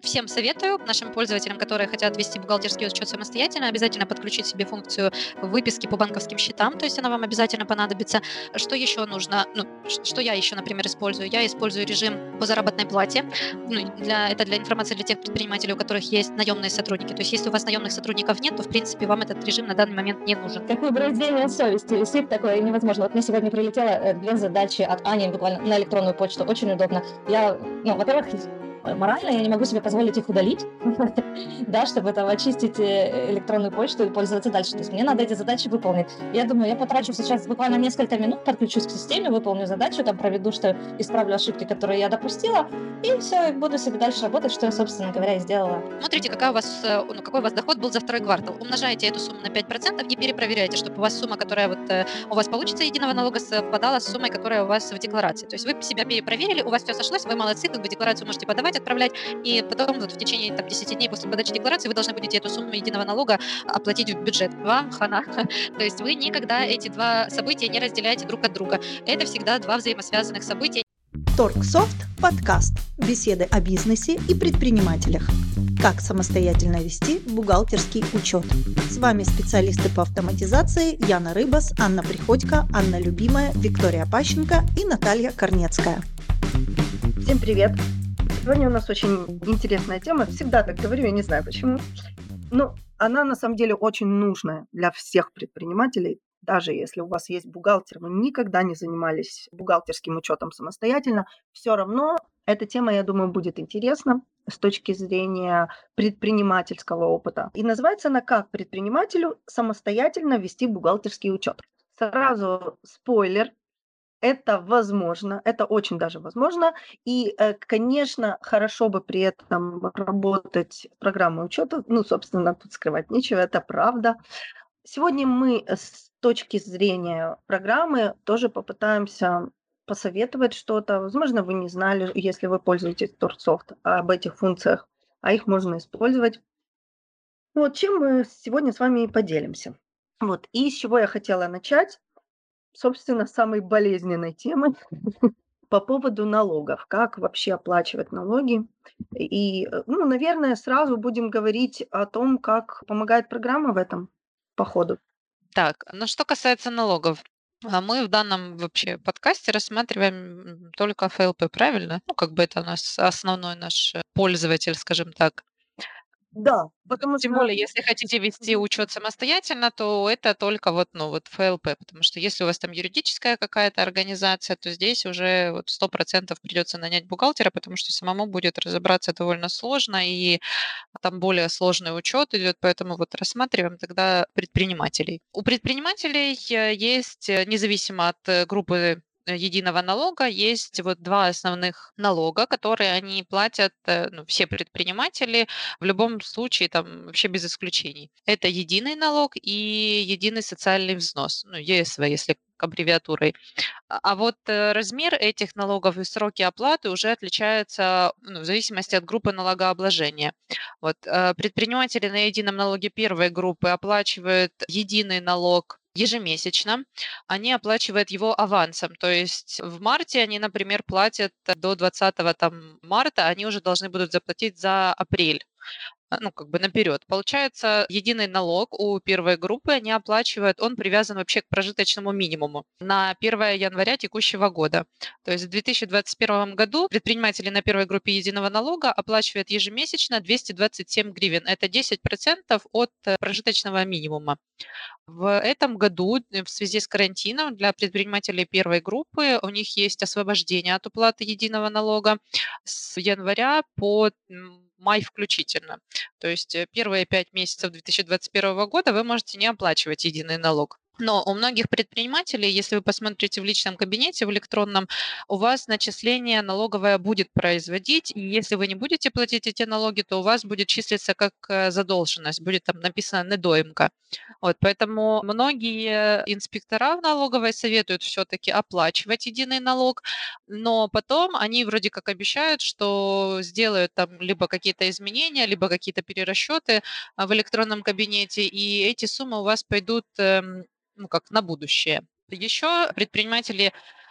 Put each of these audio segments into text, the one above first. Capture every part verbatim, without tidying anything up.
Всем советую, нашим пользователям, которые хотят вести бухгалтерский учет самостоятельно, обязательно подключить себе функцию выписки по банковским счетам, то есть она вам обязательно понадобится. Что еще нужно? Ну, ш- что я еще, например, использую? Я использую режим по заработной плате. Ну, для, это для информации для тех предпринимателей, у которых есть наемные сотрудники. То есть если у вас наемных сотрудников нет, то, в принципе, вам этот режим на данный момент не нужен. Как угрызение совести висит, такое невозможно. Вот мне сегодня прилетело э, две задачи от Ани буквально на электронную почту, очень удобно. Я, ну, во-первых, морально я не могу себе позволить их удалить, да, чтобы там очистить э, электронную почту и пользоваться дальше. То есть мне надо эти задачи выполнить. Я думаю, я потрачу сейчас буквально несколько минут, подключусь к системе, выполню задачу, там проведу, что исправлю ошибки, которые я допустила, и все, буду себе дальше работать, что я, собственно говоря, и сделала. Смотрите, какая у вас, э, ну, какой у вас доход был за второй квартал. Умножаете эту сумму на пять процентов и перепроверяйте, чтобы у вас сумма, которая вот э, у вас получится единого налога, совпадала с суммой, которая у вас в декларации. То есть вы себя перепроверили, у вас все сошлось, вы молодцы, как бы декларацию можете подавать, отправлять, и потом вот в течение там, десяти дней после подачи декларации вы должны будете эту сумму единого налога оплатить в бюджет. Вам хана. То есть вы никогда эти два события не разделяете друг от друга. Это всегда два взаимосвязанных события. Торгсофт подкаст. Беседы о бизнесе и предпринимателях. Как самостоятельно вести бухгалтерский учет. С вами специалисты по автоматизации Яна Рыбас, Анна Приходько, Анна Любимая, Виктория Пащенко и Наталья Корнецкая. Всем привет! Сегодня у нас очень интересная тема. Всегда так говорю, я не знаю почему. Но она на самом деле очень нужная для всех предпринимателей. Даже если у вас есть бухгалтер, вы никогда не занимались бухгалтерским учетом самостоятельно, все равно эта тема, я думаю, будет интересна с точки зрения предпринимательского опыта. И называется она «Как предпринимателю самостоятельно вести бухгалтерский учет». Сразу спойлер. Это возможно, это очень даже возможно. И, э, конечно, хорошо бы при этом работать с программой учета. Ну, собственно, тут скрывать нечего, это правда. Сегодня мы э, с точки зрения программы тоже попытаемся посоветовать что-то. Возможно, вы не знали, если вы пользуетесь Торсофт, об этих функциях, а их можно использовать. Вот чем мы сегодня с вами и поделимся. Вот, и с чего я хотела начать, собственно, с самой болезненной темы по поводу налогов. Как вообще оплачивать налоги? И, э, ну, наверное, сразу будем говорить о том, как помогает программа в этом по ходу. Так, ну что касается налогов, а мы в данном вообще подкасте рассматриваем м, только эф эл пэ, правильно? Ну, как бы это у нас основной наш э, пользователь, скажем так. Да, потому Тем что более, если хотите вести учет самостоятельно, то это только вот, ну, вот эф эл пэ, потому что если у вас там юридическая какая-то организация, то здесь уже вот сто процентов придется нанять бухгалтера, потому что самому будет разобраться довольно сложно, и там более сложный учет идет, поэтому вот рассматриваем тогда предпринимателей. У предпринимателей э, есть, э, независимо от э, группы э, единого налога, есть вот два основных налога, которые они платят, э, ну, все предприниматели в любом случае, там вообще без исключений. Это единый налог и единый социальный взнос, ну, е эс вэ, если аббревиатурой. А а вот, э, размер этих налогов и сроки оплаты уже отличаются, ну, в зависимости от группы налогообложения. Вот, э, предприниматели на едином налоге первой группы оплачивают единый налог ежемесячно. Они оплачивают его авансом. То есть в марте они, например, платят до двадцатого там марта, они уже должны будут заплатить за апрель а, ну, как бы наперед. Получается, единый налог у первой группы они оплачивают, он привязан вообще к прожиточному минимуму на первое января текущего года. То есть в две тысячи двадцать первом году предприниматели на первой группе единого налога оплачивают ежемесячно двести двадцать семь гривен. Это десять процентов от э, прожиточного минимума. В этом году э, в связи с карантином для предпринимателей первой группы у них есть освобождение от уплаты единого налога с января по м, май включительно. То есть э, первые пять месяцев две тысячи двадцать первого года вы можете не оплачивать единый налог. Но у многих предпринимателей, если вы посмотрите в личном кабинете, в электронном, у вас начисление налоговое будет производить, и если вы не будете платить эти налоги, то у вас будет числиться как э, задолженность, будет там написано недоимка. Вот, поэтому многие инспектора в налоговой советуют все-таки оплачивать единый налог, но потом они вроде как обещают, что сделают там либо какие-то изменения, либо какие-то перерасчеты а, в электронном кабинете, и эти суммы у вас пойдут эм, ну, как на будущее. Еще предприниматели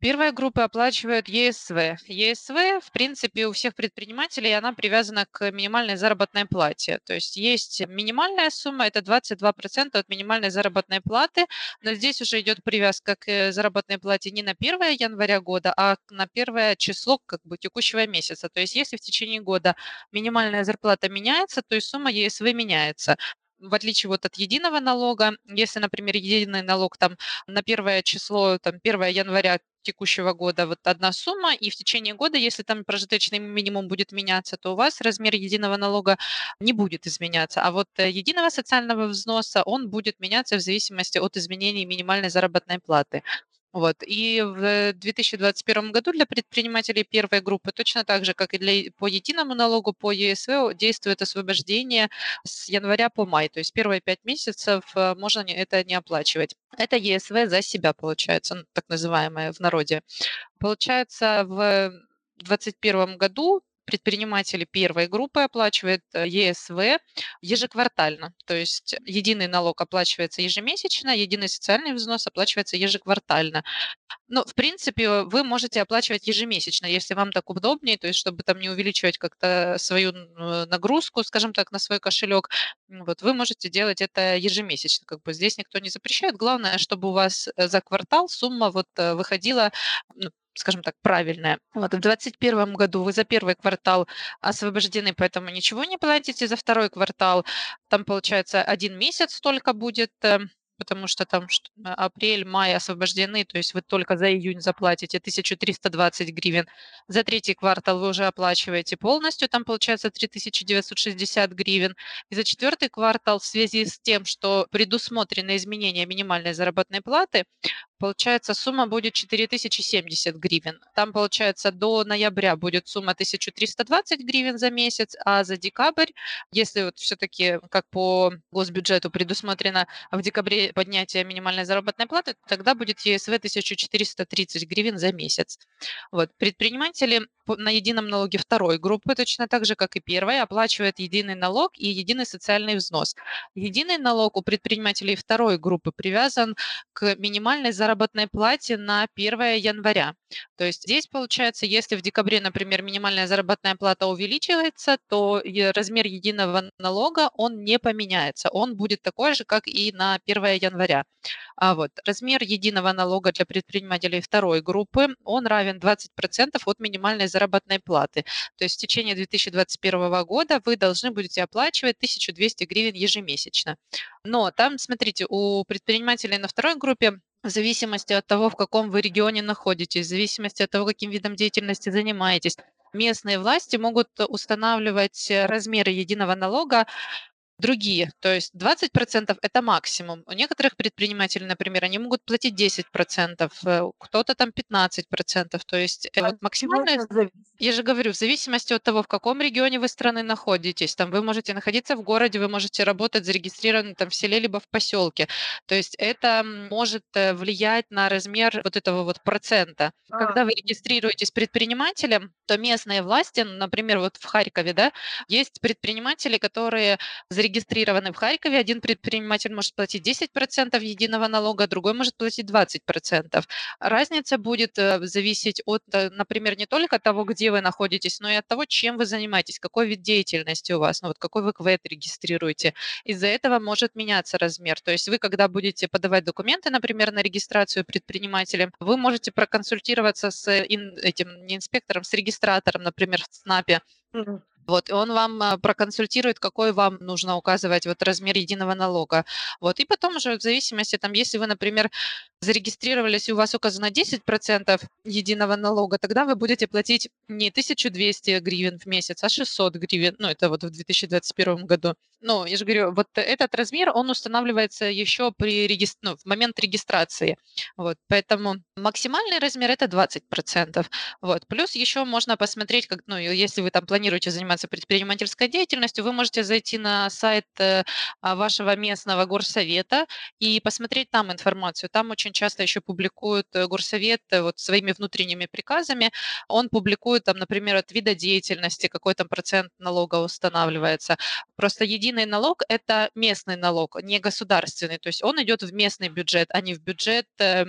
Первая группа оплачивает ЕСВ. ЕСВ, в принципе, у всех предпринимателей она привязана к минимальной заработной плате. То есть есть минимальная сумма, это двадцать два процента от минимальной заработной платы, но здесь уже идет привязка к заработной плате не на первое января года, а на первое число как бы текущего месяца. То есть если в течение года минимальная зарплата меняется, то и сумма ЕСВ меняется. В отличие вот от единого налога, если, например, единый налог там на первое число, там первое января текущего года вот одна сумма, и в течение года, если там прожиточный минимум будет меняться, то у вас размер единого налога не будет изменяться. А вот э, единого социального взноса, он будет меняться в зависимости от изменений минимальной заработной платы. Вот. И в две тысячи двадцать первом году для предпринимателей первой группы точно так же, как и для, е- по единому налогу, по ЕСВ действует освобождение с января по май. То есть первые пять месяцев э, можно не- это не оплачивать. Это ЕСВ за себя получается, ну, так называемое в народе. Получается, в двадцать первом году предприниматели первой группы оплачивают э, ЕСВ ежеквартально. То есть единый налог оплачивается ежемесячно, единый социальный взнос оплачивается ежеквартально. Ну, в принципе, вы можете оплачивать ежемесячно, если вам так удобнее, то есть чтобы там не увеличивать как-то свою н- нагрузку, скажем так, на свой кошелек. М, Вот вы можете делать это ежемесячно, как бы здесь никто не запрещает. Главное, чтобы у вас э, за квартал сумма вот э, выходила, ну, скажем так, правильная. Вот в двадцать первом году вы за первый квартал освобождены, поэтому ничего не платите. За второй квартал там, получается, один месяц только будет э, потому что там что- а, апрель, май освобождены, то есть вы только за июнь заплатите тысячу триста двадцать гривен. За третий квартал вы уже оплачиваете полностью, там получается три тысячи девятьсот шестьдесят гривен. И за четвертый квартал в связи с тем, что предусмотрено изменение минимальной заработной платы, получается, сумма будет четыре тысячи семьдесят гривен. Там, получается, до ноября будет сумма тысяча триста двадцать гривен за месяц, а за декабрь, если вот все-таки, как по госбюджету предусмотрено, в декабре поднятие минимальной заработной платы, тогда будет ЕСВ тысяча четыреста тридцать гривен за месяц. Вот. Предприниматели по- на едином налоге второй группы, точно так же, как и первой, оплачивают единый налог и единый социальный взнос. Единый налог у предпринимателей второй группы привязан к минимальной заработной плате на первое января. То есть здесь получается, если в декабре, например, минимальная заработная плата увеличивается, то и размер единого налога, он не поменяется. Он будет такой же, как и на первое января. А вот размер единого налога для предпринимателей второй группы, он равен двадцать процентов от минимальной заработной платы. То есть в течение две тысячи двадцать первого года вы должны будете оплачивать тысячу двести гривен ежемесячно. Но там, смотрите, у предпринимателей на второй группе в зависимости от того, в каком вы регионе находитесь, в зависимости от того, каким видом деятельности занимаетесь, местные власти могут устанавливать э, размеры единого налога другие. То есть двадцать процентов это максимум. У некоторых предпринимателей, например, они могут платить десять процентов, э, кто-то там пятнадцать процентов. То есть э, вот От чего максимальная, это зависит? я же говорю, в зависимости от того, в каком регионе вы страны находитесь, там вы можете находиться в городе, вы можете работать зарегистрированы там в селе либо в поселке. То есть это м, может э, влиять на размер вот этого вот процента. А, Когда вы регистрируетесь предпринимателем, то местные власти, например, вот в Харькове, да, есть предприниматели, которые зарегистрированы в Харькове, один предприниматель может платить десять процентов единого налога, другой может платить двадцать процентов. Разница будет э, зависеть от, э, например, не только того, где вы находитесь, но и от того, чем вы занимаетесь, какой вид деятельности у вас, ну вот какой вы КВЭД регистрируете. Из-за этого может меняться размер. То есть вы, когда будете подавать документы, например, на регистрацию предпринимателем, вы можете проконсультироваться с э, ин- этим не инспектором, с регистратором, например, в ЦНАПе, мгм. вот, и он вам а, проконсультирует, какой вам нужно указывать вот размер единого налога. Вот, и потом уже в зависимости, там, если вы, например, зарегистрировались и у вас указано десять процентов единого налога, тогда вы будете платить не тысячу двести гривен в месяц, а шестьсот гривен. Ну, это вот в две тысячи двадцать первом году. Ну, я же говорю, вот этот размер, он устанавливается еще при регис- ну, в момент регистрации. Вот, поэтому максимальный размер это двадцать процентов. Вот. Плюс еще можно посмотреть, как, ну, и если вы там планируете заниматься предпринимательской деятельностью, вы можете зайти на сайт э, а, вашего местного горсовета и посмотреть там информацию. Там очень часто еще публикуют э, горсовет э, вот своими внутренними приказами. Он публикует там, например, от вида деятельности, какой там процент налога устанавливается. Просто единый налог– это местный налог, не государственный. То есть он идет в местный бюджет, а не в бюджет эм,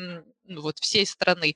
ну, вот всей страны.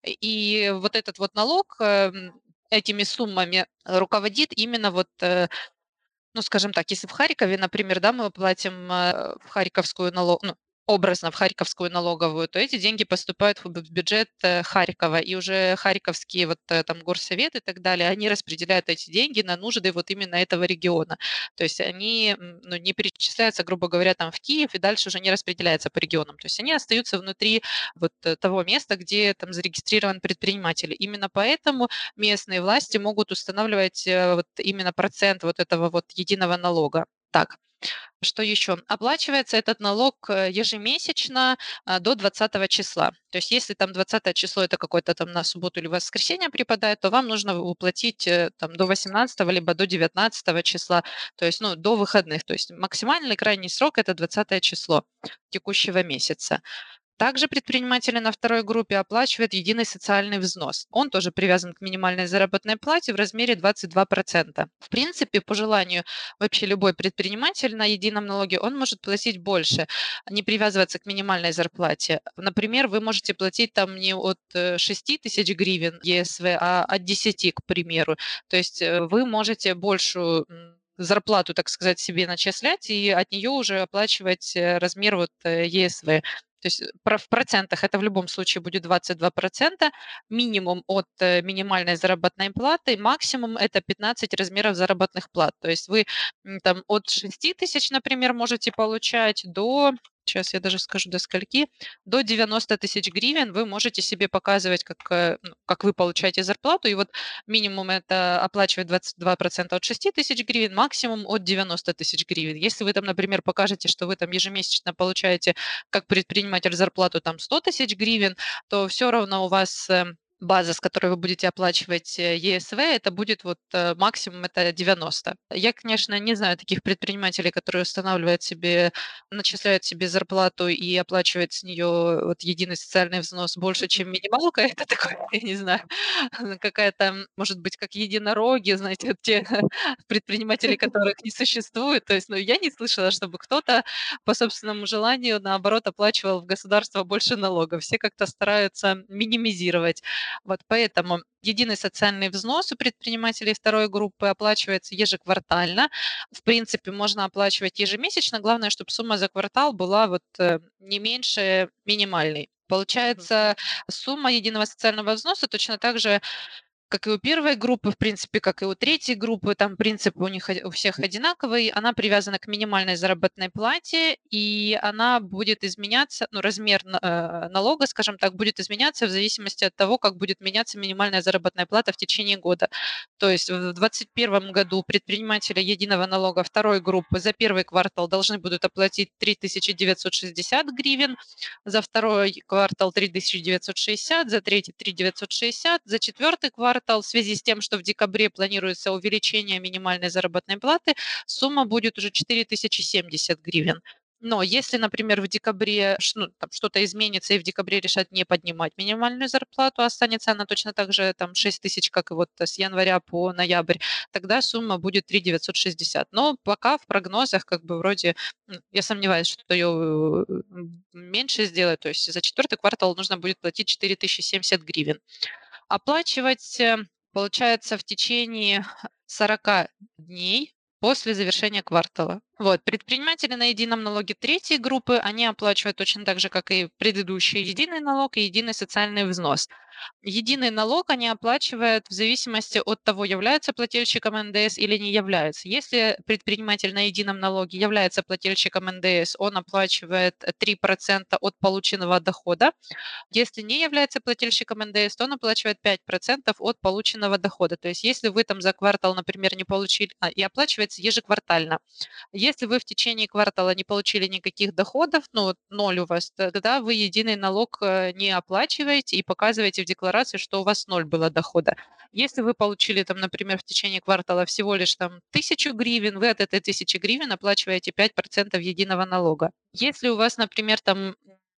И вот этот вот налог, эм, этими суммами руководит именно вот, э, ну, скажем так, если в Харькове, например, да, мы платим э, в Харьковскую налог, ну, образно в Харьковскую налоговую, то эти деньги поступают в б- в бюджет э, Харькова, и уже харьковские вот э, там горсовет и так далее, они распределяют эти деньги на нужды вот именно этого региона. То есть они, м, ну, не перечисляются, грубо говоря, там в Киев и дальше уже не распределяются по регионам. То есть они остаются внутри вот э, того места, где там зарегистрирован предприниматель. Именно поэтому местные власти могут устанавливать э, вот именно процент вот этого вот единого налога. Так, что еще? Оплачивается этот налог э, ежемесячно а, до двадцатого числа. То есть если там двадцатое число это какое-то там на субботу или воскресенье припадает, то вам нужно уплатить э, там до восемнадцатого либо до девятнадцатого числа, то есть ну, до выходных. То есть максимальный крайний срок это двадцатое число текущего месяца. Также предприниматели на второй группе оплачивают единый социальный взнос. Он тоже привязан к минимальной заработной плате в размере двадцать два процента. В принципе, по желанию вообще любой предприниматель на едином налоге, он может платить больше, не привязываться к минимальной зарплате. Например, вы можете платить там не от э, шести тысяч гривен ЕСВ, а от десяти, к примеру. То есть э, вы можете большую м, зарплату, так сказать, себе начислять и от нее уже оплачивать э, размер вот э, ЕСВ. То есть про- в процентах это в любом случае будет двадцать два процента, минимум от э, минимальной заработной платы, максимум это пятнадцать размеров заработных плат. То есть вы м, там от шести тысяч, например, можете получать до, сейчас я даже скажу до скольки, до девяноста тысяч гривен вы можете себе показывать, как, э, ну, как вы получаете зарплату. И вот минимум это оплачивает двадцать два процента от шести тысяч гривен, максимум от девяноста тысяч гривен. Если вы там, например, покажете, что вы там ежемесячно получаете как предприниматель зарплату там сто тысяч гривен, то все равно у вас э, база, с которой вы будете оплачивать э, ЕСВ, это будет вот э, максимум это девяносто. Я, конечно, не знаю таких предпринимателей, которые устанавливают себе, начисляют себе зарплату и оплачивают с нее вот единый социальный взнос больше, чем минималка. Это такое, я не знаю, какая-то, может быть, как единороги, знаете, вот те предприниматели, которых не существует. То есть, ну, я не слышала, чтобы кто-то по собственному желанию, наоборот, оплачивал в государство больше налогов. Все как-то стараются минимизировать. Вот поэтому единый социальный взнос у предпринимателей второй группы оплачивается ежеквартально. В принципе, можно оплачивать ежемесячно. Главное, чтобы сумма за квартал была вот э, не меньше минимальной. Получается, сумма единого социального взноса точно так же как и у первой группы, в принципе, как и у третьей группы, там принцип у них о- у всех одинаковый. Она привязана к минимальной заработной плате, и она будет изменяться, ну, размер на- э, налога, скажем так, будет изменяться в зависимости от того, как будет меняться минимальная заработная плата в течение года. То есть в двадцать первом году предприниматели единого налога второй группы за первый квартал должны будут оплатить три тысячи девятьсот шестьдесят гривен, за второй квартал три тысячи девятьсот шестьдесят, за третий три тысячи девятьсот шестьдесят, за четвертый квартал в связи с тем, что в декабре планируется увеличение минимальной заработной платы, сумма будет уже четыре тысячи семьдесят гривен. Но если, например, в декабре ш- ну, там что-то изменится и в декабре решат не поднимать минимальную зарплату, останется она точно так же там шесть тысяч, как и вот с января по ноябрь, тогда сумма будет три тысячи девятьсот шестьдесят. Но пока в прогнозах как бы вроде М, я сомневаюсь, что ее меньше сделать. То есть за четвертый квартал нужно будет платить четыре тысячи семьдесят гривен. Оплачивать, э, получается, в течение сорока дней после завершения квартала. Вот. Предприниматели на едином налоге третьей группы, они оплачивают точно так же, как и предыдущий единый налог и единый социальный взнос. Единый налог они оплачивают в зависимости от того, является плательщиком эн дэ эс или не является. Если предприниматель на едином налоге является плательщиком эн дэ эс, он оплачивает три процента от полученного дохода. Если не является плательщиком эн дэ эс, то он оплачивает пять процентов от полученного дохода. То есть если вы там за квартал, например, не получили, а, и оплачивается ежеквартально. Если вы в течение квартала не получили никаких доходов, ну вот ноль у вас, тогда вы единый налог э, не оплачиваете и показываете в декларации, что у вас ноль было дохода. Если вы получили там, например, в течение квартала всего лишь там тысячу гривен, вы от этой тысячи гривен оплачиваете пять процентов единого налога. Если у вас, например, там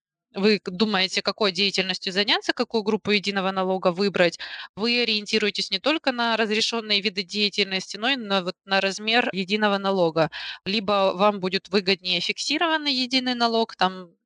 вы к- думаете, какой деятельностью заняться, какую группу единого налога выбрать, вы ориентируетесь не только на разрешенные виды деятельности, но и на, вот, на размер единого налога. Либо вам будет выгоднее фиксированный единый налог, там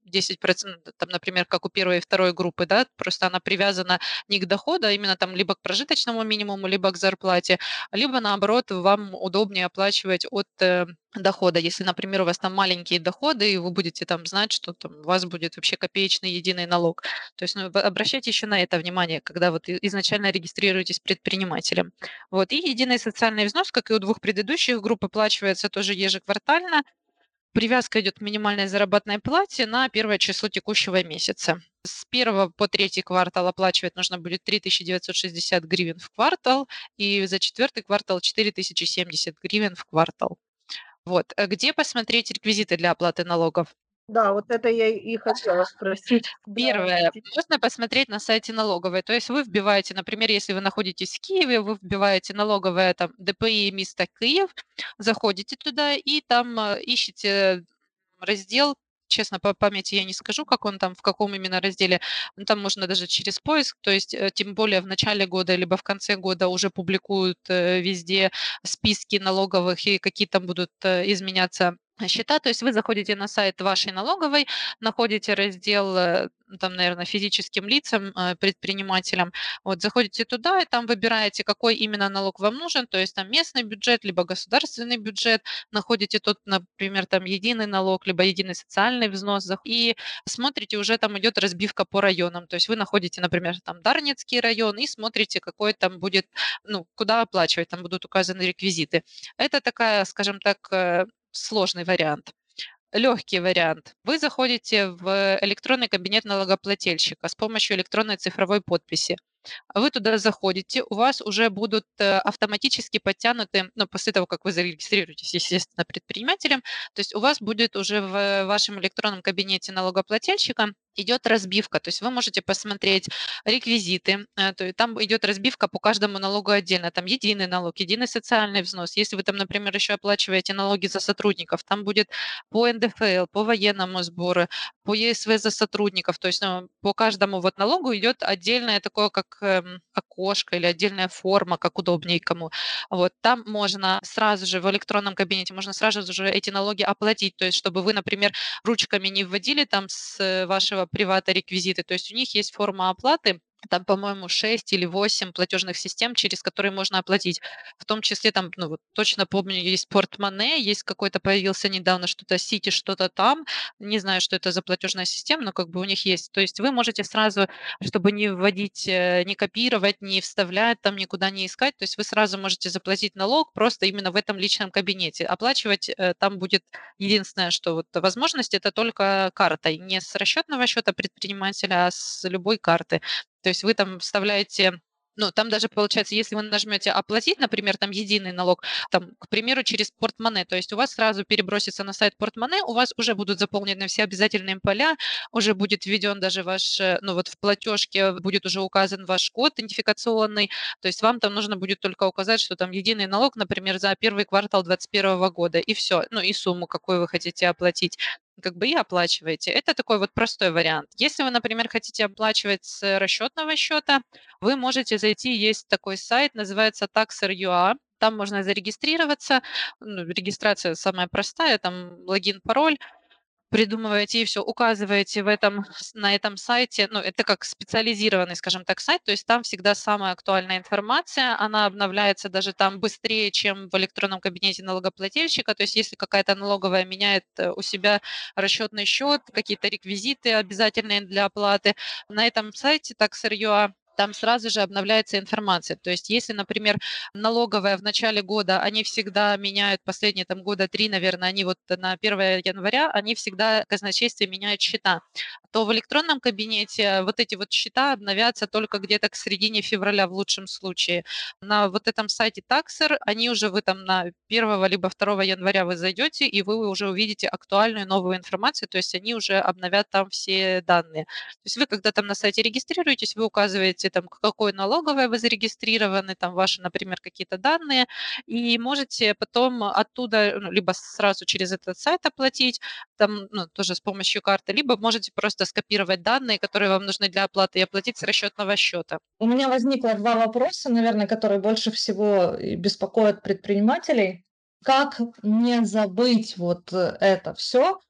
десять процентов, там, например, как у первой и второй группы, да, просто она привязана не к доходу, а именно там либо к прожиточному минимуму, либо к зарплате, либо наоборот вам удобнее оплачивать от э, дохода. Если, например, у вас там маленькие доходы, и вы будете там знать, что там у вас будет вообще копеечный единый налог. То есть ну, обращайте еще на это внимание, когда вот изначально регистрируетесь предпринимателем. Вот. И единый социальный взнос, как и у двух предыдущих групп, оплачивается тоже ежеквартально. Привязка идет к минимальной заработной плате на первое число текущего месяца. С первого по третий квартал оплачивать нужно будет три тысячи девятьсот шестьдесят гривен в квартал, и за четвертый квартал четыре тысячи семьдесят гривен в квартал. Вот. А где посмотреть реквизиты для оплаты налогов? Да, вот это я и хотела спросить. Первое. Здравствуйте. Можно посмотреть на сайте налоговой. То есть вы вбиваете, например, если вы находитесь в Киеве, вы вбиваете налоговая там ДПИ место Киев, заходите туда и там э, ищете раздел. Честно, по памяти я не скажу, как он там, в каком именно разделе. Но там можно даже через поиск, то есть э, тем более в начале года либо в конце года уже публикуют э, везде списки налоговых и какие там будут э, изменяться счета. То есть вы заходите на сайт вашей налоговой, находите раздел, э, там, наверное, физическим лицам, э, предпринимателям. Вот заходите туда и там выбираете, какой именно налог вам нужен, то есть там местный бюджет, либо государственный бюджет, находите тот, например, там единый налог, либо единый социальный взнос, зах- и смотрите, уже там идет разбивка по районам. То есть вы находите, например, там Дарницкий район и смотрите, какой там будет, ну, куда оплачивать, там будут указаны реквизиты. Это такая, скажем так, э, сложный вариант. Легкий вариант. Вы заходите в электронный кабинет налогоплательщика с помощью электронной цифровой подписи. Вы туда заходите, у вас уже будут э, автоматически подтянуты, ну, после того, как вы зарегистрируетесь, естественно, предпринимателем, то есть у вас будет уже в вашем электронном кабинете налогоплательщика идет разбивка, то есть вы можете посмотреть реквизиты, э, то есть там идет разбивка по каждому налогу отдельно, там единый налог, единый социальный взнос. Если вы там, например, еще оплачиваете налоги за сотрудников, там будет по эн дэ эф эл, по военному сбору, по е эс вэ за сотрудников, то есть ну, по каждому вот налогу идет отдельное такое, как эм, окошко или отдельная форма, как удобнее кому. Вот там можно сразу же в электронном кабинете можно сразу же эти налоги оплатить, то есть чтобы вы, например, ручками не вводили там с э, вашего привата реквизиты, то есть у них есть форма оплаты, там, по-моему, шесть или восемь платежных систем, через которые можно оплатить. В том числе там, ну вот точно помню, есть портмоне, есть какой-то появился недавно что-то Сити, что-то там. Не знаю, что это за платежная система, но как бы у них есть. То есть вы можете сразу, чтобы не вводить, э, не копировать, не вставлять, там никуда не искать, то есть вы сразу можете заплатить налог просто именно в этом личном кабинете. Оплачивать э, там будет единственное, что вот возможность это только картой, не с расчетного счета предпринимателя, а с любой карты. То есть вы там вставляете, ну, там даже получается, если вы нажмете "Оплатить", например, там единый налог, там, к примеру, через портмоне, то есть у вас сразу перебросится на сайт портмоне, у вас уже будут заполнены все обязательные поля, уже будет введен даже ваш, э, ну, вот в платежке будет уже указан ваш код идентификационный, то есть вам там нужно будет только указать, что там единый налог, например, за первый квартал двадцать первого года, и все, ну, и сумму, какую вы хотите оплатить как бы и оплачиваете. Это такой вот простой вариант. Если вы, например, хотите оплачивать с расчетного счета, вы можете зайти, есть такой сайт, называется taxer точка ю а. Там можно зарегистрироваться. Ну, регистрация самая простая, там логин, пароль. Придумываете и все, указываете в этом с на этом сайте. Ну, это как специализированный, скажем так, сайт, то есть там всегда самая актуальная информация, она обновляется даже там быстрее, чем в электронном кабинете налогоплательщика. То есть если какая-то налоговая меняет, э, у себя расчетный счет, какие-то реквизиты обязательные для оплаты, на этом сайте taxer точка ю а там сразу же обновляется информация. То есть если, например, налоговая в начале года, они всегда меняют, последние там года три, наверное, они вот на первое января, они всегда казначействе меняют счета, то в электронном кабинете вот эти вот счета обновятся только где-то к середине февраля в лучшем случае. На вот этом сайте Taxer они уже вы там на первого либо второго января вы зайдете, и вы уже увидите актуальную новую информацию, то есть они уже обновят там все данные. То есть вы, когда там на сайте регистрируетесь, вы указываете там, к какой налоговой вы зарегистрированы, там ваши, например, какие-то данные, и можете потом оттуда, ну, либо сразу через этот сайт оплатить, там, ну, тоже с помощью карты, либо можете просто скопировать данные, которые вам нужны для оплаты, и оплатить с расчетного счета. У меня возникло два вопроса, наверное, которые больше всего и беспокоят предпринимателей. Как не забыть вот э, это все?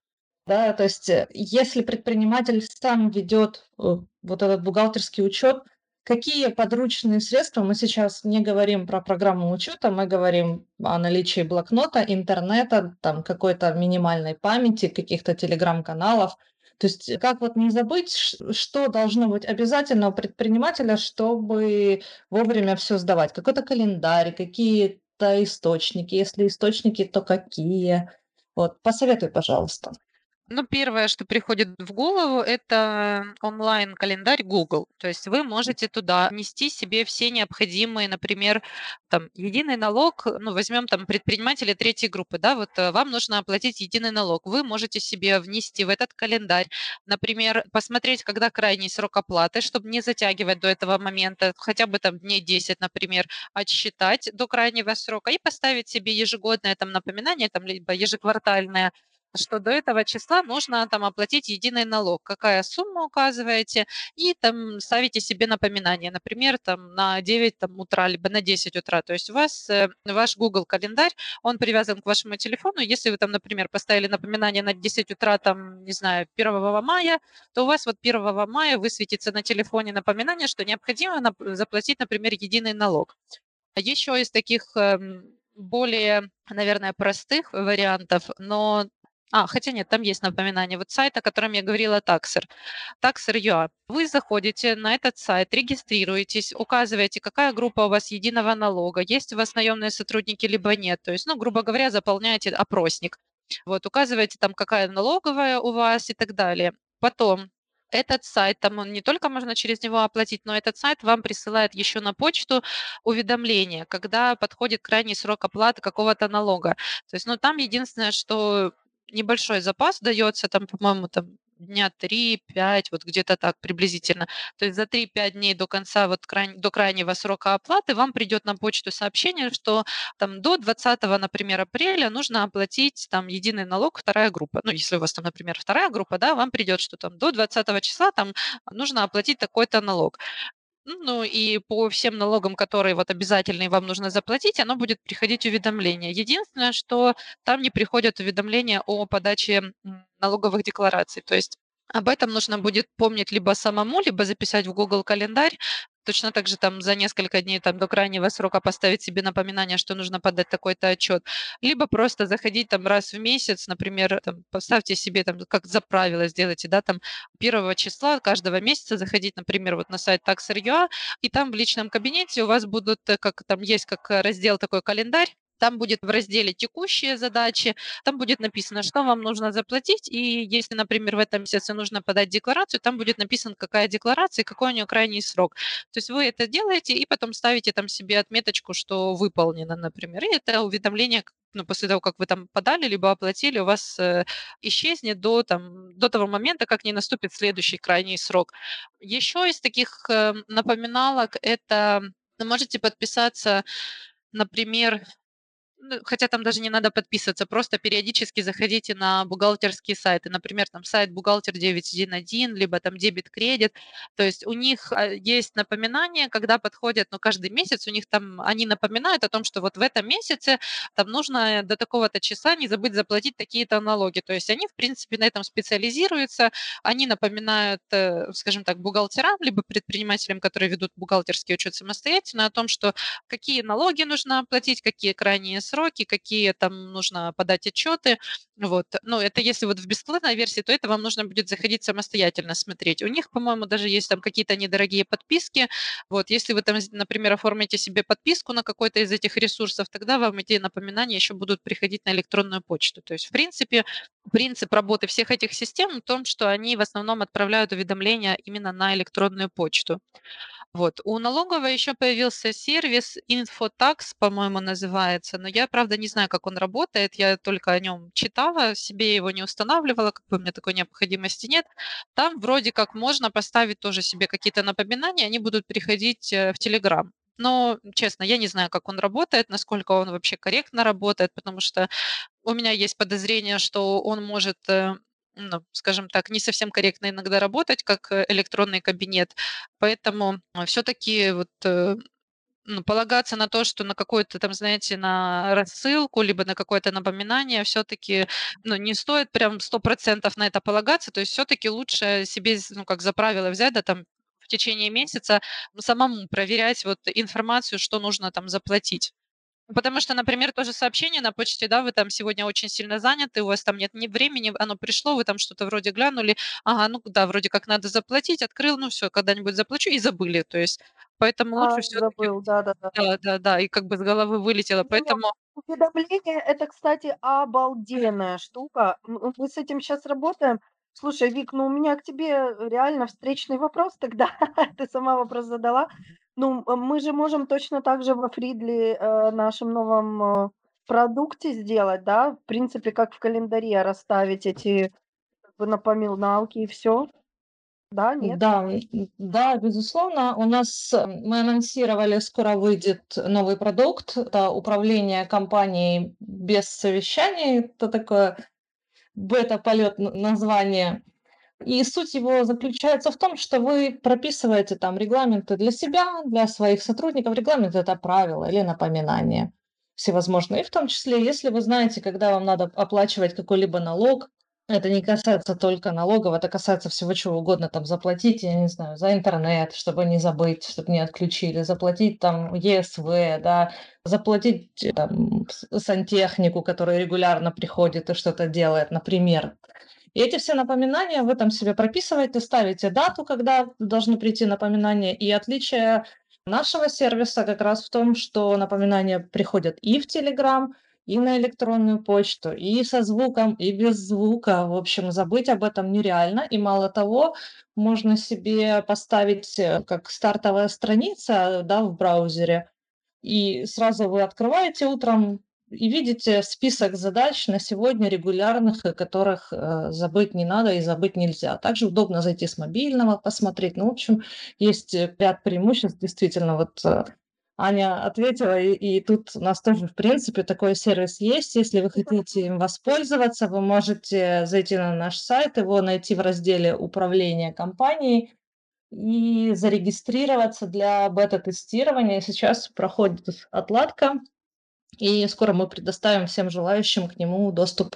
Да, то есть, э, если предприниматель сам ведет э, вот этот бухгалтерский учет, какие подручные средства? Мы сейчас не говорим про программу учета, мы говорим о наличии блокнота, интернета, там какой-то минимальной памяти, каких-то телеграм-каналов. То есть, э, как вот не забыть, ш- что должно быть обязательно у предпринимателя, чтобы вовремя все сдавать? Какой-то календарь, какие-то источники, если источники, то какие? Вот, посоветуй, пожалуйста. Ну, первое, что приходит в голову, это онлайн-календарь Google. То есть вы можете туда внести себе все необходимые, например, там, единый налог, ну, возьмем там предприниматели третьей группы, да, вот э, вам нужно оплатить единый налог. Вы можете себе внести в этот календарь, например, посмотреть, когда крайний срок оплаты, чтобы не затягивать до этого момента, хотя бы там дней десять, например, отсчитать до крайнего срока и поставить себе ежегодное там напоминание, там, либо ежеквартальное, что до этого числа нужно там оплатить единый налог. Какая сумма указываете, и там ставите себе напоминание, например, там на девять там, утра, либо на десять утра. То есть у вас э, ваш Google календарь, он привязан к вашему телефону. Если вы там, например, поставили напоминание на десять утра, там, не знаю, первого мая, то у вас вот первого мая высветится на телефоне напоминание, что необходимо нап- заплатить, например, единый налог. А еще из таких эм, более, наверное, простых вариантов, но а, хотя нет, там есть напоминание. Вот сайт, о котором я говорила, Taxer, Taxer точка ю а. Вы заходите на этот сайт, регистрируетесь, указываете, какая группа у вас единого налога, есть у вас наемные сотрудники, либо нет. То есть, ну, грубо говоря, заполняете опросник. Вот, указываете там, какая налоговая у вас и так далее. Потом этот сайт, там он не только можно через него оплатить, но этот сайт вам присылает еще на почту уведомление, когда подходит крайний срок оплаты какого-то налога. То есть, ну, там единственное, что небольшой запас дается, там, по-моему, там дня три-пять, вот где-то так приблизительно. То есть за три-пять дней до конца, вот край, до крайнего срока оплаты вам придет на почту сообщение, что там до двадцатого, например, апреля нужно оплатить там единый налог вторая группа. Ну, если у вас там, например, вторая группа, да, вам придет, что там до двадцатого числа там нужно оплатить такой-то налог. Ну и по всем налогам, которые вот обязательные вам нужно заплатить, оно будет приходить уведомление. Единственное, что там не приходят уведомления о подаче м, налоговых деклараций. То есть об этом нужно будет помнить либо самому, либо записать в Google календарь. Точно так же там за несколько дней там, до крайнего срока поставить себе напоминание, что нужно подать такой-то отчет. Либо просто заходить там раз в месяц, например, там, поставьте себе там, как за правило сделайте, да, там первого числа каждого месяца заходить, например, вот на сайт taxer точка ю а, и там в личном кабинете у вас будут, э, как там есть как э, раздел такой календарь, там будет в разделе «Текущие задачи», там будет написано, что вам нужно заплатить, и если, например, в этом месяце нужно подать декларацию, там будет написано, какая декларация и какой у нее крайний срок. То есть вы это делаете и потом ставите там себе отметочку, что выполнено, например, и это уведомление, ну, после того, как вы там подали, либо оплатили, у вас э, исчезнет до, там, до того момента, как не наступит следующий крайний срок. Еще из таких э, напоминалок это вы можете подписаться, например, ну, хотя там даже не надо подписываться, просто периодически заходите на бухгалтерские сайты. Например, там сайт бухгалтер девять один один, либо там дебет-кредит. То есть у них а, есть напоминания, когда подходят, ну, каждый месяц у них там, они напоминают о том, что вот в этом месяце там нужно до такого-то числа не забыть заплатить такие-то налоги. То есть они, в принципе, на этом специализируются. Они напоминают, э, скажем так, бухгалтерам, либо предпринимателям, которые ведут бухгалтерский учет самостоятельно, о том, что какие налоги нужно оплатить, какие крайние сроки, какие там нужно подать отчеты. Вот. Ну, это если вот в бесплатной версии, то это вам нужно будет заходить самостоятельно смотреть. У них, по-моему, даже есть там какие-то недорогие подписки. Вот. Если вы там, например, оформите себе подписку на какой-то из этих ресурсов, тогда вам эти напоминания еще будут приходить на электронную почту. То есть, в принципе, принцип работы всех этих систем в том, что они в основном отправляют уведомления именно на электронную почту. Вот. У налоговой еще появился сервис InfoTax, по-моему, называется, но я, правда, не знаю, как он работает, я только о нем читала, себе его не устанавливала, как бы у меня такой необходимости нет. Там вроде как можно поставить тоже себе какие-то напоминания, они будут приходить э, в Telegram. Но, честно, я не знаю, как он работает, насколько он вообще корректно работает, потому что у меня есть подозрение, что он может, э, ну, скажем так, не совсем корректно иногда работать, как э, электронный кабинет. Поэтому все-таки вот э, ну, полагаться на то, что на какую-то там, знаете, на рассылку, либо на какое-то напоминание все-таки, ну, не стоит прям сто процентов на это полагаться. То есть все-таки лучше себе, з- ну, как за правило взять, да, там в течение месяца ну, самому проверять вот информацию, что нужно там заплатить. Ну, потому что, например, то же сообщение на почте, да, вы там сегодня очень сильно заняты, у вас там нет ни времени, оно пришло, вы там что-то вроде глянули, ага, ну да, вроде как надо заплатить, открыл, ну все, когда-нибудь заплачу, и забыли. То есть поэтому А, лучше все-таки, забыл, да-да-да. да, да, да, и как бы с головы вылетело. Не-не, Поэтому уведомления — это, кстати, обалденная штука. М, мы с этим сейчас работаем. Слушай, Вик, ну у меня к тебе реально встречный вопрос тогда. Ты сама вопрос задала. Ну, м, мы же можем точно так же во Фридли, э, нашем новом, э, продукте сделать, да? В принципе, как в календаре расставить эти как бы напоминалки и все. Да, нет? Да, м, да, безусловно. У нас э, мы анонсировали, скоро выйдет новый продукт. Это управление компанией без совещаний. Это такое бета-полет н- название. И суть его заключается в том, что вы прописываете там регламенты для себя, для своих сотрудников. Регламент — это правила или напоминания всевозможные. И в том числе, если вы знаете, когда вам надо оплачивать какой-либо налог, это не касается только налогов, это касается всего чего угодно, там заплатить, я не знаю, за интернет, чтобы не забыть, чтобы не отключили, заплатить там Е С В, да, заплатить э, там с- сантехнику, который регулярно приходит и что-то делает, например. И эти все напоминания вы там себе прописываете, ставите дату, когда должны прийти напоминания. И отличие нашего сервиса как раз в том, что напоминания приходят и в Telegram, и на электронную почту, и со звуком, и без звука. В общем, забыть об этом нереально. И мало того, можно себе поставить э, как стартовая страница, да, в браузере, и сразу вы открываете утром и видите список задач на сегодня регулярных, э, которых э, забыть не надо и забыть нельзя. Также удобно зайти с мобильного, посмотреть. Ну, в общем, есть э, ряд преимуществ. Действительно, вот э, Аня ответила, и, и тут у нас тоже, в принципе, такой сервис есть. Если вы хотите им воспользоваться, вы можете зайти на наш сайт, его найти в разделе «Управление компанией», и зарегистрироваться для бета-тестирования. Сейчас проходит отладка, и скоро мы предоставим всем желающим к нему доступ.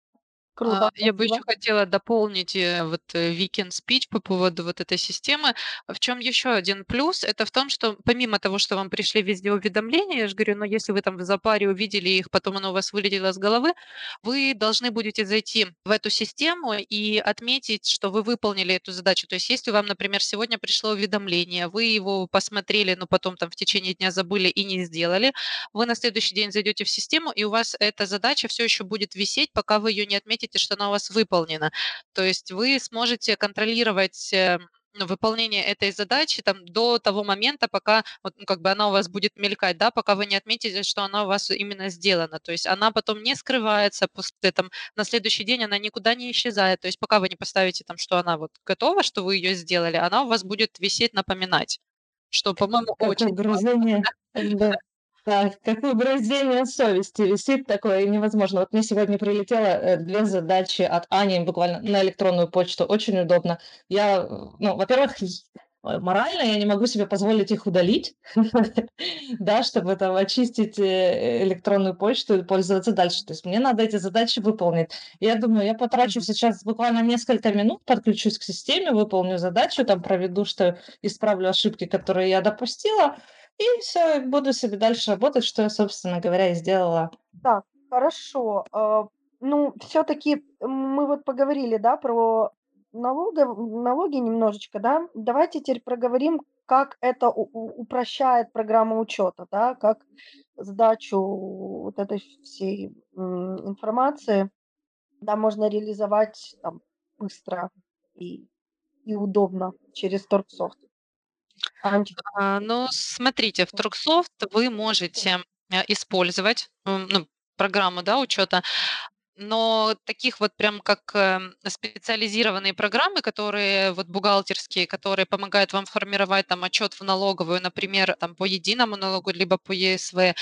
А, Круто, я бы спасибо. еще хотела дополнить э, вот э, Weekend Speech по поводу вот этой системы. В чем еще один плюс? Это в том, что помимо того, что вам пришли везде уведомления, я же говорю, но если вы там в запаре увидели их, потом оно у вас вылетело с головы, вы должны будете зайти в эту систему и отметить, что вы выполнили эту задачу. То есть если вам, например, сегодня пришло уведомление, вы его посмотрели, но потом там в течение дня забыли и не сделали, вы на следующий день зайдете в систему, и у вас эта задача все еще будет висеть, пока вы ее не отметите, что она у вас выполнена. То есть вы сможете контролировать э, ну, выполнение этой задачи там, до того момента, пока вот, ну, как бы она у вас будет мелькать, да, пока вы не отметите, что она у вас именно сделана. То есть она потом не скрывается после там, на следующий день, она никуда не исчезает. То есть пока вы не поставите там, что она вот готова, что вы ее сделали, она у вас будет висеть, напоминать. Что, по-моему, Как очень угрызение, да, да, как угрызение совести висит такое, и невозможно. Вот мне сегодня прилетело э, две задачи от Ани буквально на электронную почту. Очень удобно. Я, э, ну, во-первых, и, э, морально я не могу себе позволить их удалить, да, чтобы там очистить э, электронную почту и пользоваться дальше. То есть мне надо эти задачи выполнить. Я думаю, я потрачу Мгм. сейчас буквально несколько минут, подключусь к системе, выполню задачу, там проведу, что исправлю ошибки, которые я допустила, и все, буду себе дальше работать, что я, собственно говоря, и сделала. Так, хорошо. А, ну, все таки мы вот поговорили, да, про налогов налоги немножечко, да. Давайте теперь проговорим, как это у у упрощает программу учета, да, как сдачу вот этой всей, м, информации, да, можно реализовать там быстро и и удобно через Торгсофт. Анечка. А, ну, смотрите, в Труксофт вы можете э, использовать м, ну, программу да, учета, но таких вот прям как эм, специализированные программы, которые вот бухгалтерские, которые помогают вам формировать там отчет в налоговую, например, там по единому налогу, либо по Е С В,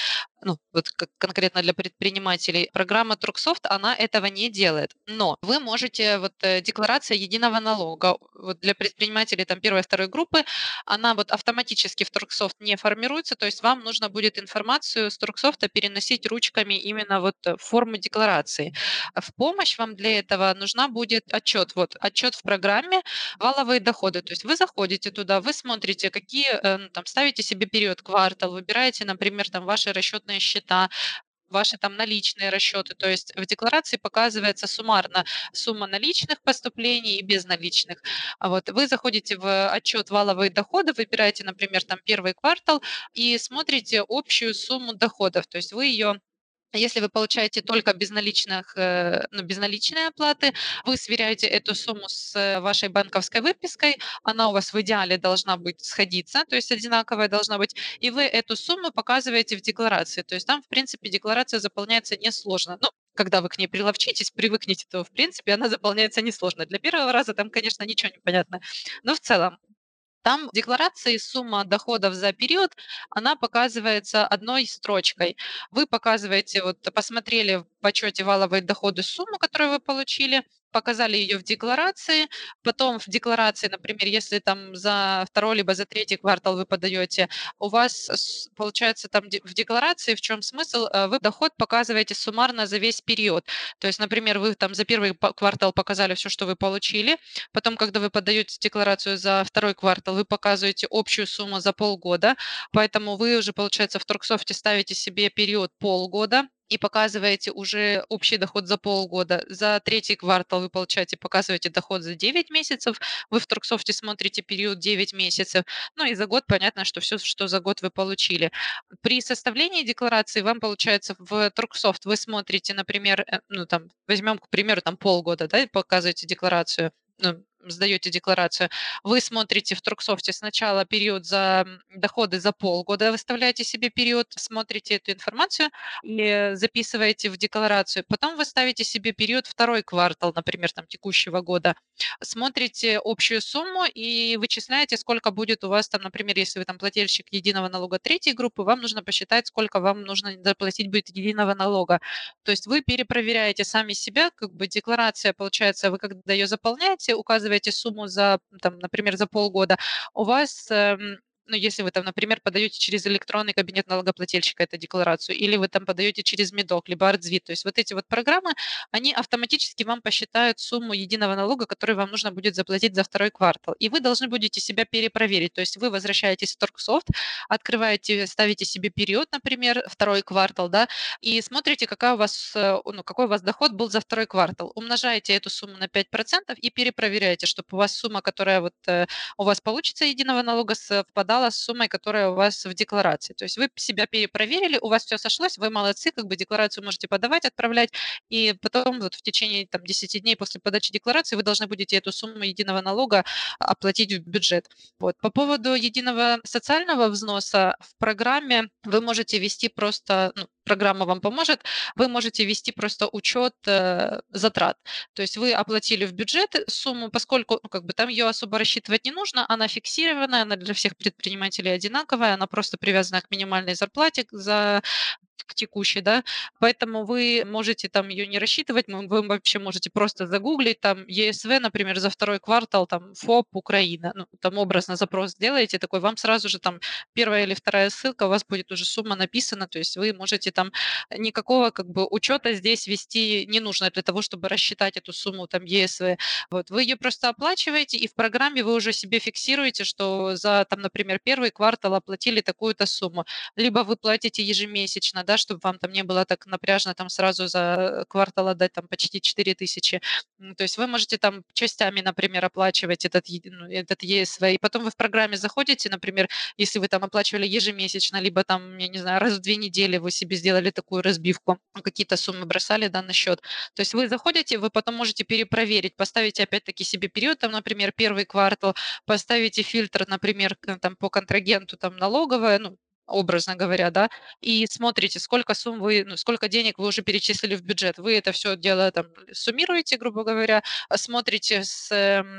ну, вот как конкретно для предпринимателей. Программа Труксофт, она этого не делает. Но вы можете, вот э, декларация единого налога, вот для предпринимателей там первой, второй группы, она вот автоматически в Труксофт не формируется, то есть вам нужно будет информацию с Труксофта переносить ручками именно вот э, в форму декларации. А В помощь вам для этого нужна будет отчет. Вот отчет в программе валовые доходы. То есть вы заходите туда, вы смотрите, какие, э, ну, там, ставите себе период, квартал, выбираете, например, там ваши расчетные счета, ваши там наличные расчеты. То есть в декларации показывается суммарно сумма наличных поступлений и безналичных. А вот вы заходите в отчет валовые доходы, выбираете, например, там первый квартал и смотрите общую сумму доходов. То есть вы ее если вы получаете только безналичных, э, ну, безналичные оплаты, вы сверяете эту сумму с э, вашей банковской выпиской, она у вас в идеале должна быть сходиться, то есть одинаковая должна быть, и вы эту сумму показываете в декларации. То есть там, в принципе, декларация заполняется несложно. Ну, когда вы к ней приловчитесь, привыкнете, то, в принципе, она заполняется несложно. Для первого раза там, конечно, ничего не понятно. Но в целом там в декларации сумма доходов за период, она показывается одной строчкой. Вы показываете, вот посмотрели в отчете валовые доходы сумму, которую вы получили, показали ее в декларации, потом в декларации, например, если там за второй либо за третий квартал вы подаете, у вас с- получается там де- в декларации, в чем смысл, э, вы доход показываете суммарно за весь период. То есть, например, вы там за первый па- квартал показали все, что вы получили, потом, когда вы подаете декларацию за второй квартал, вы показываете общую сумму за полгода, поэтому вы уже, получается, в Торксофте ставите себе период полгода и показываете уже общий доход за полгода. За третий квартал вы получаете, показываете доход за девять месяцев, вы в Торксофте смотрите период девять месяцев, ну и за год понятно, что все, что за год вы получили. При составлении декларации вам, получается, в Торксофт вы смотрите, например, э, ну там, возьмем, к примеру, там полгода, да, и показываете декларацию, ну, сдаете декларацию, вы смотрите в Труксофте сначала период за м, доходы за полгода, выставляете себе период, смотрите эту информацию и записываете в декларацию. Потом вы ставите себе период второй квартал, например, там текущего года, смотрите общую сумму и вычисляете, сколько будет у вас там, например, если вы там плательщик единого налога третьей группы, вам нужно посчитать, сколько вам нужно заплатить будет единого налога. То есть вы перепроверяете сами себя, как бы декларация, получается, вы когда ее заполняете, указываете сумму за, там, например, за полгода, у вас эм, ну, если вы там, например, подаете через электронный кабинет налогоплательщика эту декларацию, или вы там подаете через МЕДОК, либо Артзвит, то есть вот эти вот программы, они автоматически вам посчитают сумму единого налога, который вам нужно будет заплатить за второй квартал. И вы должны будете себя перепроверить, то есть вы возвращаетесь в Торксофт, открываете, ставите себе период, например, второй квартал, да, и смотрите, какая у вас, э, ну, какой у вас доход был за второй квартал. Умножаете эту сумму на пять процентов и перепроверяете, чтобы у вас сумма, которая вот э, у вас получится единого налога, совпадала с суммой, которая у вас в декларации. То есть вы себя перепроверили, у вас все сошлось, вы молодцы, как бы декларацию можете подавать, отправлять, и потом вот в течение там, десяти дней после подачи декларации вы должны будете эту сумму единого налога оплатить в бюджет. Вот. По поводу единого социального взноса в программе вы можете вести просто, ну, программа вам поможет, вы можете вести просто учет э, затрат. То есть вы оплатили в бюджет сумму, поскольку ну, как бы там ее особо рассчитывать не нужно, она фиксированная, она для всех предпринимателей одинаковая, она просто привязана к минимальной зарплате за к текущей, да, поэтому вы можете там ее не рассчитывать, м, вы вообще можете просто загуглить там Е С В, например, за второй квартал, там ФОП Украина, ну, там образно запрос сделаете такой, вам сразу же там первая или вторая ссылка, у вас будет уже сумма написана, то есть вы можете там никакого как бы учета здесь вести не нужно для того, чтобы рассчитать эту сумму там Е С В. Вот, вы ее просто оплачиваете, и в программе вы уже себе фиксируете, что за там, например, первый квартал оплатили такую-то сумму, либо вы платите ежемесячно, да, чтобы вам там не было так напряжно там сразу за квартал отдать там почти четыре тысячи. М, То есть вы можете там частями, например, оплачивать этот, е- ну, этот Е С В, и потом вы в программе заходите, например, если вы там оплачивали ежемесячно, либо там, я не знаю, раз в две недели вы себе сделали такую разбивку, ну, какие-то суммы бросали, да, на счет. То есть вы заходите, вы потом можете перепроверить, поставите опять-таки себе период, там, например, первый квартал, поставите фильтр, например, к- там по контрагенту там налоговая, ну, образно говоря, да, и смотрите, сколько сумм вы, ну, сколько денег вы уже перечислили в бюджет. Вы это все дело там суммируете, грубо говоря, а смотрите с эм,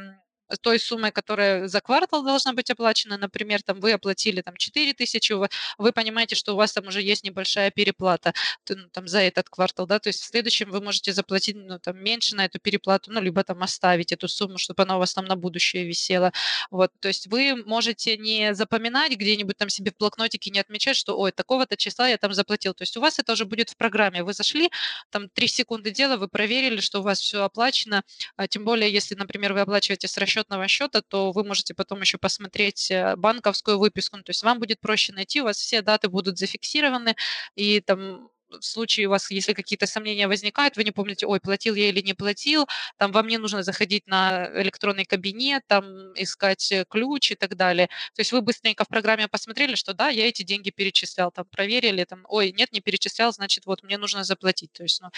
той суммой, которая за квартал должна быть оплачена. Например, там вы оплатили там четыре тысячи, вы вы понимаете, что у вас там уже есть небольшая переплата т ну, там за этот квартал, да, то есть в следующем вы можете заплатить, ну, там меньше на эту переплату, ну, либо там оставить эту сумму, чтобы она у вас там на будущее висела. Вот, то есть вы можете не запоминать где-нибудь там себе в блокнотике, не отмечать, что, ой, такого-то числа я там заплатил. То есть у вас это уже будет в программе. Вы зашли, там три секунды дела, вы проверили, что у вас все оплачено. А тем более, если, например, вы оплачиваете с расчетного счета, то вы можете потом еще посмотреть э, банковскую выписку. Ну, то есть вам будет проще найти, у вас все даты будут зафиксированы, и там в случае у вас, если какие-то сомнения возникают, вы не помните, ой, платил я или не платил, там вам не нужно заходить на электронный кабинет, там искать э, ключ и так далее. То есть вы быстренько в программе посмотрели, что да, я эти деньги перечислял, там проверили, там, ой, нет, не перечислял, значит, вот мне нужно заплатить. То есть, ну,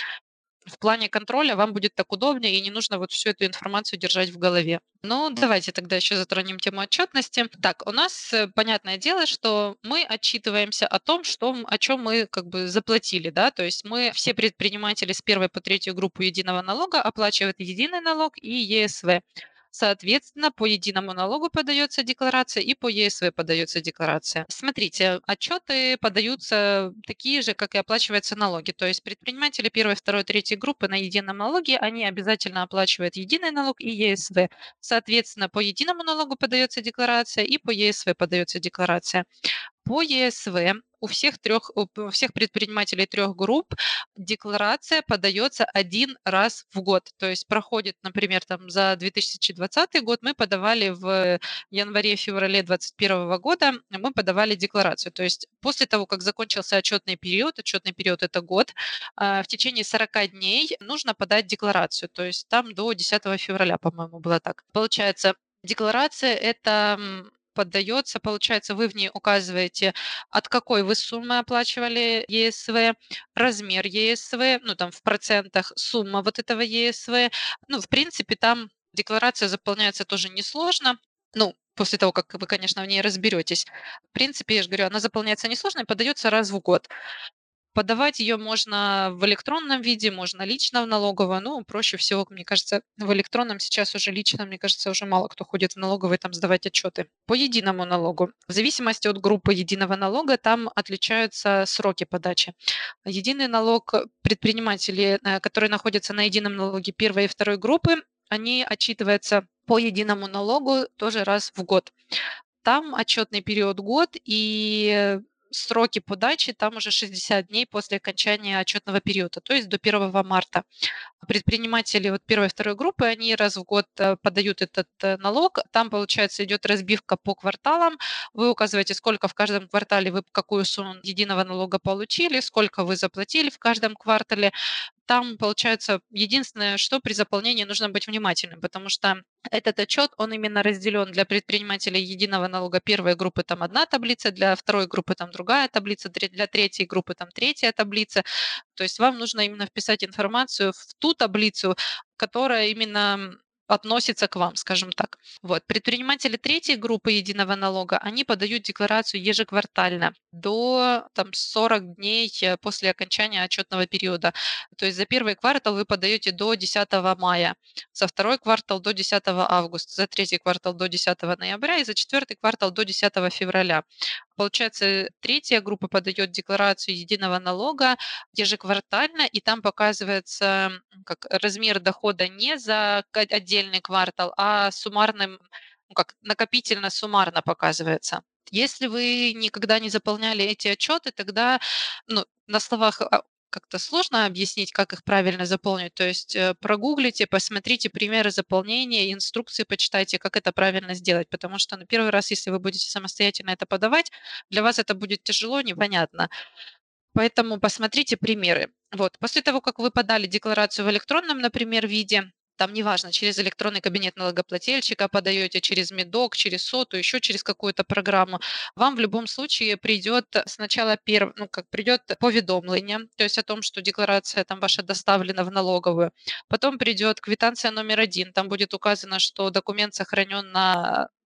в плане контроля вам будет так удобнее, и не нужно вот всю эту информацию держать в голове. Ну, давайте тогда еще затронем тему отчетности. Так, у нас э, понятное дело, что мы отчитываемся о том, что, м- о чем мы как бы заплатили, да, то есть мы, все предприниматели с первой по третью группу единого налога оплачивают единый налог и Е С В. Соответственно, по единому налогу подается декларация и по Е С В подается декларация. Смотрите, отчеты подаются такие же, как и оплачиваются налоги. То есть предприниматели первой, второй, третьей группы на едином налоге, они обязательно оплачивают единый налог и Е С В. Соответственно, по единому налогу подается декларация и по Е С В подается декларация. По Е С В у всех трех, у п- у всех предпринимателей трех групп декларация подается один раз в год. То есть проходит, например, там за две тысячи двадцатый год мы подавали в январе-феврале двадцать первого года, мы подавали декларацию. То есть после того, как закончился отчетный период, отчетный период это год, а, в течение сорока дней нужно подать декларацию. То есть там до десятого февраля, по-моему, было так. Получается, декларация это м, поддается, получается, вы в ней указываете, от какой вы суммы оплачивали Е С В, размер Е С В, ну там в процентах сумма вот этого Е С В. Ну, в принципе, там декларация заполняется тоже несложно. Ну, после того, как вы, конечно, в ней разберетесь. В принципе, я же говорю, она заполняется несложно и подается раз в год. Подавать ее можно в электронном виде, можно лично в налоговую. Ну, проще всего, мне кажется, в электронном сейчас уже лично, мне кажется, уже мало кто ходит в налоговый там сдавать отчеты. По единому налогу. В зависимости от группы единого налога там отличаются сроки подачи. Единый налог предприниматели, э, которые находятся на едином налоге первой и второй группы, они отчитываются по единому налогу тоже раз в год. Там отчетный период год, и сроки подачи там уже шестьдесят дней после окончания отчетного периода, то есть до первого марта. Предприниматели вот первой и второй группы, они раз в год э, подают этот э, налог. Там, получается, идет разбивка по кварталам. Вы указываете, сколько в каждом квартале вы какую сумму единого налога получили, сколько вы заплатили в каждом квартале. Там, получается, единственное, что при заполнении нужно быть внимательным, потому что этот отчет, он именно разделен для предпринимателей единого налога первой группы там одна таблица, для второй группы там другая таблица, тре- для третьей группы там третья таблица. То есть вам нужно именно вписать информацию в ту таблицу, которая именно относится к вам, скажем так. Вот. Предприниматели третьей группы единого налога, они подают декларацию ежеквартально до там, сорок дней э, после окончания отчетного периода. То есть за первый квартал вы подаете до десятого мая, за второй квартал до десятого августа, за третий квартал до десятого ноября и за четвертый квартал до десятого февраля. Получается, третья группа подает декларацию единого налога ежеквартально, и там показывается м, как размер дохода не за ка- отдельный квартал, а суммарным, ну, как накопительно суммарно показывается. Если вы никогда не заполняли эти отчеты, тогда ну, на словах а, как-то сложно объяснить, как их правильно заполнить. То есть э, прогуглите, посмотрите примеры заполнения, инструкции почитайте, как это правильно сделать. Потому что на первый раз, если вы будете самостоятельно это подавать, для вас это будет тяжело, непонятно. Поэтому посмотрите примеры. Вот. После того, как вы подали декларацию в электронном, например, виде, там неважно, через электронный кабинет налогоплательщика подаете, через Медок, через Соту, еще через какую-то программу, вам в любом случае придет сначала перв, ну, как придет поведомление, то есть о том, что декларация там ваша доставлена в налоговую. Потом придет квитанция номер один, там будет указано, что документ сохранен на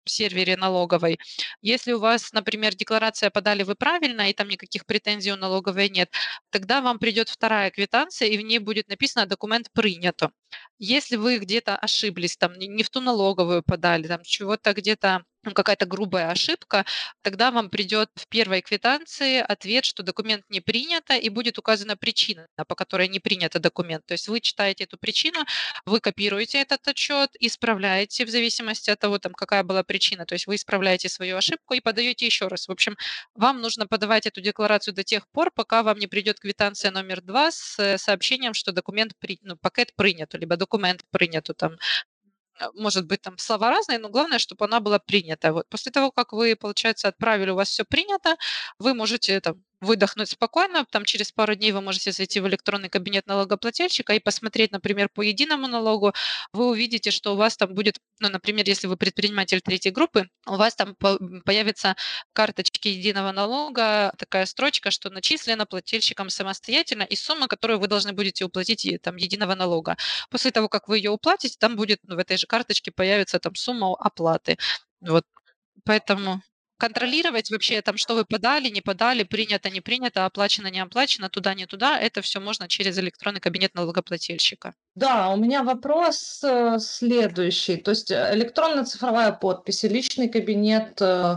сервере налоговой. Если у вас, например, декларация подали вы правильно, и там никаких претензий у налоговой нет, тогда вам придет вторая квитанция, и в ней будет написано «документ принято». Если вы где-то ошиблись, там не не в ту налоговую подали, там чего-то где-то, ну, какая-то грубая ошибка, тогда вам придет в первой квитанции ответ, что документ не принято, и будет указана причина, по которой не принят документ. То есть вы читаете эту причину, вы копируете этот отчет, исправляете в зависимости от того, там, какая была причина. То есть вы исправляете свою ошибку и подаете еще раз. В общем, вам нужно подавать эту декларацию до тех пор, пока вам не придет квитанция номер два с э, сообщением, что документ, при- ну, пакет принят, либо документ принят. Там, э, может быть, там слова разные, но главное, чтобы она была принята. Вот после того, как вы, получается, отправили, у вас все принято, вы можете там выдохнуть спокойно. Там через пару дней вы можете зайти в электронный кабинет налогоплательщика и посмотреть, например, по единому налогу. Вы увидите, что у вас там будет, ну, например, если вы предприниматель третьей группы, у вас там по- появится карточки единого налога, такая строчка, что начислено плательщиком самостоятельно и сумма, которую вы должны будете уплатить е- там единого налога. После того, как вы ее уплатите, там будет, ну, в этой же карточке появится там сумма оплаты. Вот. Поэтому контролировать вообще там, что вы подали, не подали, принято, не принято, оплачено, не оплачено, туда, не туда, это все можно через электронный кабинет налогоплательщика. Да, у меня вопрос э, следующий. То есть э, электронно-цифровая подпись и личный кабинет э,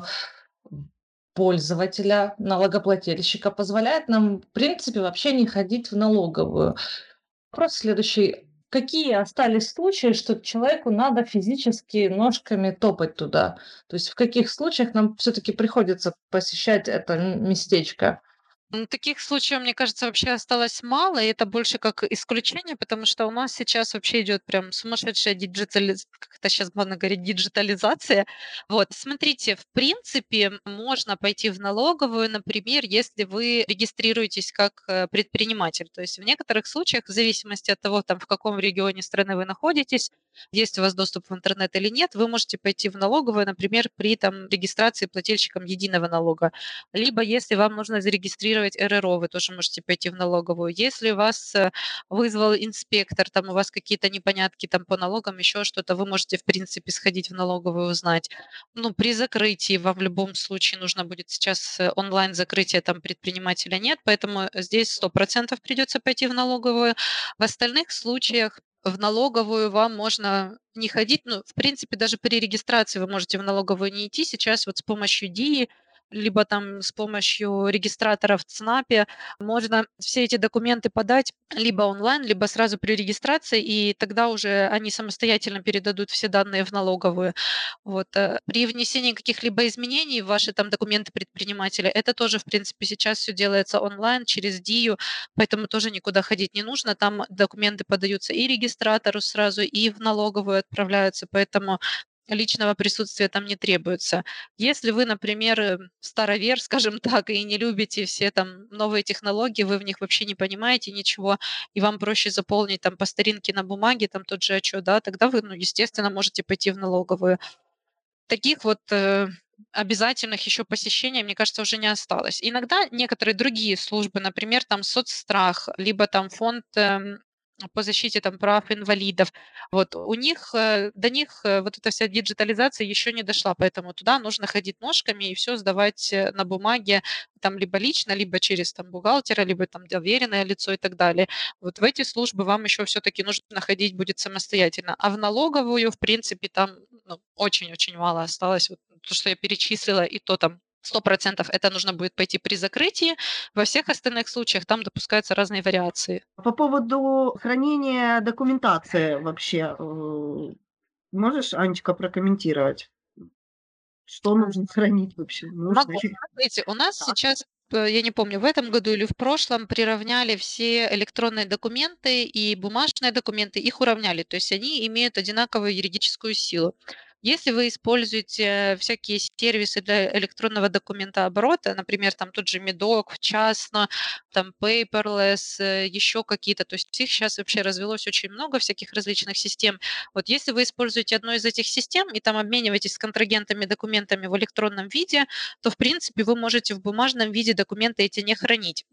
пользователя, налогоплательщика позволяет нам, в принципе, вообще не ходить в налоговую. Вопрос следующий. Какие остались случаи, что человеку надо физически ножками топать туда? То есть в каких случаях нам все-таки приходится посещать это м- местечко? Ну, таких случаев, мне кажется, вообще осталось мало, и это больше как исключение, потому что у нас сейчас вообще идет прям сумасшедшая диджитализация, как это сейчас модно говорить, диджитализация. Вот, смотрите, в принципе, можно пойти в налоговую, например, если вы регистрируетесь как э, предприниматель. То есть в некоторых случаях, в зависимости от того, там, в каком регионе страны вы находитесь, есть у вас доступ в интернет или нет, вы можете пойти в налоговую, например, при там, регистрации плательщиком единого налога. Либо если вам нужно зарегистрировать эр эр о, вы тоже можете пойти в налоговую. Если вас э, вызвал инспектор, там у вас какие-то непонятки там по налогам, еще что-то, вы можете, в принципе, сходить в налоговую, узнать. Ну, при закрытии вам в любом случае нужно будет сейчас э, онлайн закрытие там предпринимателя нет, поэтому здесь сто процентов придется пойти в налоговую. В остальных случаях в налоговую вам можно не ходить, ну, в принципе, даже при регистрации вы можете в налоговую не идти. Сейчас вот с помощью ди либо там с помощью регистратора в ЦНАПе можно все эти документы подать либо онлайн, либо сразу при регистрации, и тогда уже они самостоятельно передадут все данные в налоговую. Вот. э, При внесении каких-либо изменений в ваши там документы предпринимателя, это тоже, в принципе, сейчас все делается онлайн через дию, поэтому тоже никуда ходить не нужно. Там документы подаются и регистратору сразу, и в налоговую отправляются, поэтому личного присутствия там не требуется. Если вы, например, э, старовер, скажем так, и не любите все там новые технологии, вы в них вообще не понимаете ничего, и вам проще заполнить там по старинке на бумаге там тот же отчет, да, тогда вы, ну, естественно, можете пойти в налоговую. Таких вот э, обязательных еще посещений, мне кажется, уже не осталось. Иногда некоторые другие службы, например, там соцстрах, либо там фонд эм, по защите там прав инвалидов, вот у них, э, до них э, вот эта вся диджитализация еще не дошла, поэтому туда нужно ходить ножками и все сдавать э, на бумаге, там либо лично, либо через там бухгалтера, либо там доверенное лицо и так далее. Вот в эти службы вам еще все-таки нужно ходить будет самостоятельно. А в налоговую, в принципе, там ну, очень-очень мало осталось. Вот то, что я перечислила, и то там сто процентов это нужно будет пойти при закрытии. Во всех остальных случаях там допускаются разные вариации. По поводу хранения документации вообще, э, можешь, Анечка, прокомментировать? Что нужно хранить вообще? Нужно Могу. ли? Смотрите, у нас Так. сейчас, э, я не помню, в этом году или в прошлом приравняли все электронные документы и бумажные документы, их уравняли, то есть они имеют одинаковую юридическую силу. Если вы используете всякие сервисы для электронного документооборота, например, там тот же Медок, Частно, там Paperless, э, еще какие-то, то есть их сейчас вообще развелось очень много всяких различных систем. Вот если вы используете одну из этих систем и там обмениваетесь с контрагентами документами в электронном виде, то, в принципе, вы можете в бумажном виде документы эти не хранить. Но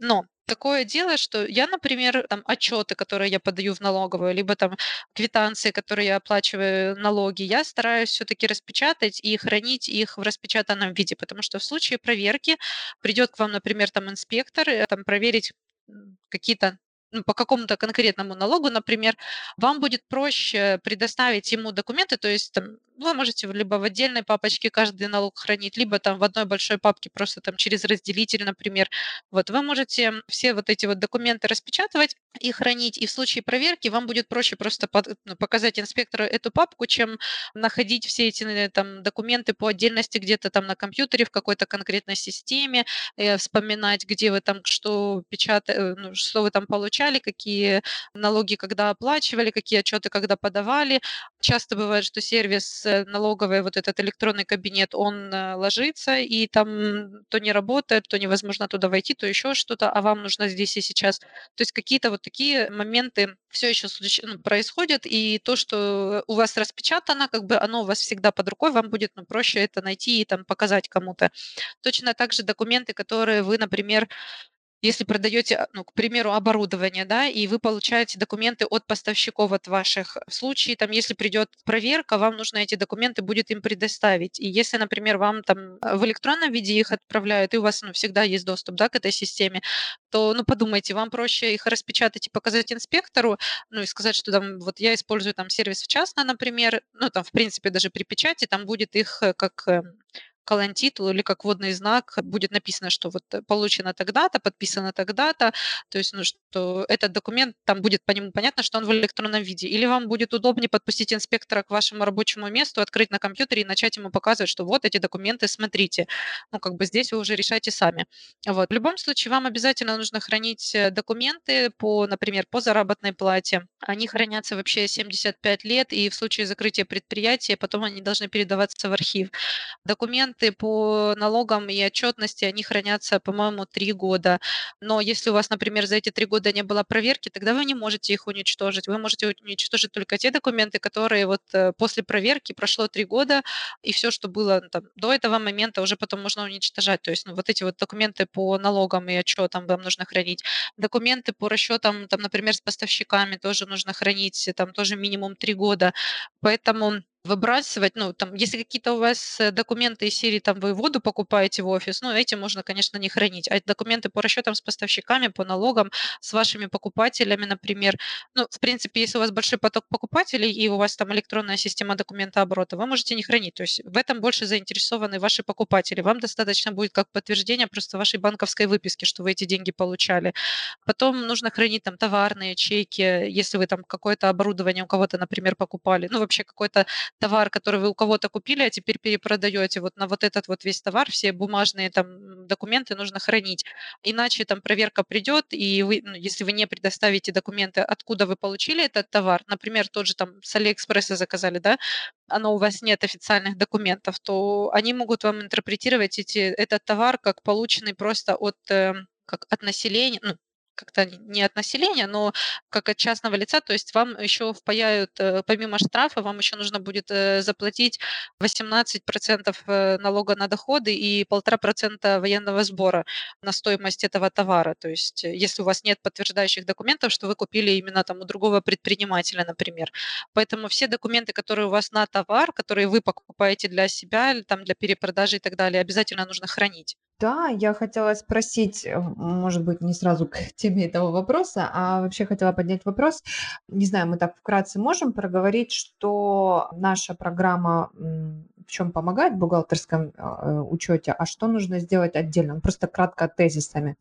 Такое дело, что я, например, там отчеты, которые я подаю в налоговую, либо там квитанции, которые я оплачиваю налоги, я стараюсь все-таки распечатать и хранить их в распечатанном виде, потому что в случае проверки придет к вам, например, там инспектор, э, там проверить м, какие-то ну, по какому-то конкретному налогу, например, вам будет проще предоставить ему документы, то есть там, вы можете в- либо в отдельной папочке каждый налог хранить, либо там в одной большой папке просто там через разделитель, например, вот вы можете все вот эти вот документы распечатывать и хранить, и в случае проверки вам будет проще просто под- ну, показать инспектору эту папку, чем находить все эти э, там документы по отдельности где-то там на компьютере в какой-то конкретной системе, э, вспоминать, где вы там что печатали, ну, что вы там получали, какие налоги когда оплачивали, какие отчеты когда подавали. Часто бывает, что сервис э, налоговый, вот этот электронный кабинет, он э, ложится, и там то не работает, то невозможно туда войти, то еще что-то, а вам нужно здесь и сейчас. То есть какие-то вот такие моменты все еще ну, происходят, и то, что у вас распечатано, как бы оно у вас всегда под рукой, вам будет ну, проще это найти и там показать кому-то. Точно так же документы, которые вы, например, если продаете, а, ну, к примеру, оборудование, да, и вы получаете документы от поставщиков от ваших. В случае, там, если придет проверка, вам нужно эти документы будет им предоставить. И если, например, вам там э, в электронном виде их отправляют, и у вас ну, всегда есть доступ да, к этой системе, то, ну, подумайте, вам проще их распечатать и показать инспектору, ну, и сказать, что там, вот я использую там сервис в частно, например, ну, там, в принципе, даже при печати, там будет их э, как э, колонтитул или как вводный знак будет написано, что вот э, получено тогда-то, подписано тогда-то, то есть, ну, что этот документ, там будет по нему понятно, что он в электронном виде. Или вам будет удобнее подпустить инспектора к вашему рабочему месту, открыть на компьютере и начать ему показывать, что вот эти документы, смотрите. Ну, как бы здесь вы уже решайте сами. Вот. В любом случае, вам обязательно нужно хранить э, документы по, например, по заработной плате. Они хранятся вообще семьдесят пять лет, и в случае закрытия предприятия потом они должны передаваться в архив. Документы по налогам и отчетности, они хранятся, по-моему, три года. Но если у вас, например, за эти три года не было проверки, тогда вы не можете их уничтожить. Вы можете уничтожить только те документы, которые вот э, после проверки прошло три года, и все, что было ну, там, до этого момента, уже потом можно уничтожать. То есть ну, вот эти вот документы по налогам и отчетам вам нужно хранить. Документы по расчетам, там, например, с поставщиками тоже нужно хранить, там тоже минимум три года. Поэтому выбрасывать, ну, там, если какие-то у вас э, документы из серии, там, вы воду покупаете в офис, ну, эти можно, конечно, не хранить. А документы по расчетам с поставщиками, по налогам, с вашими покупателями, например, ну, в принципе, если у вас большой поток покупателей и у вас там электронная система документооборота, вы можете не хранить. То есть в этом больше заинтересованы ваши покупатели. Вам достаточно будет как подтверждение просто вашей банковской выписки, что вы эти деньги получали. Потом нужно хранить там товарные чеки, если вы там какое-то оборудование у кого-то, например, покупали, ну, вообще какой-то товар, который вы у кого-то купили, а теперь перепродаете. Вот на вот этот вот весь товар, все бумажные там документы нужно хранить. Иначе там проверка придет, и вы, ну, если вы не предоставите документы, откуда вы получили этот товар, например, тот же там с Алиэкспресса заказали, да, оно у вас нет официальных документов, то они могут вам интерпретировать эти, этот товар как полученный просто от, э, как от населения, ну, как-то не от населения, но как от частного лица, то есть вам еще впаяют, э, помимо штрафа, вам еще нужно будет э, заплатить восемнадцать процентов э, налога на доходы и полтора процента военного сбора на стоимость этого товара. То есть э, если у вас нет подтверждающих документов, что вы купили именно там у другого предпринимателя, например. Поэтому все документы, которые у вас на товар, которые вы покупаете для себя, или там для перепродажи и так далее, обязательно нужно хранить. Да, я хотела спросить, э, может быть, не сразу к теме этого вопроса, а вообще хотела поднять вопрос. Не знаю, мы так вкратце можем проговорить, что наша программа м, в чем помогает в бухгалтерском э, учете, а что нужно сделать отдельно? Ну, просто кратко тезисами,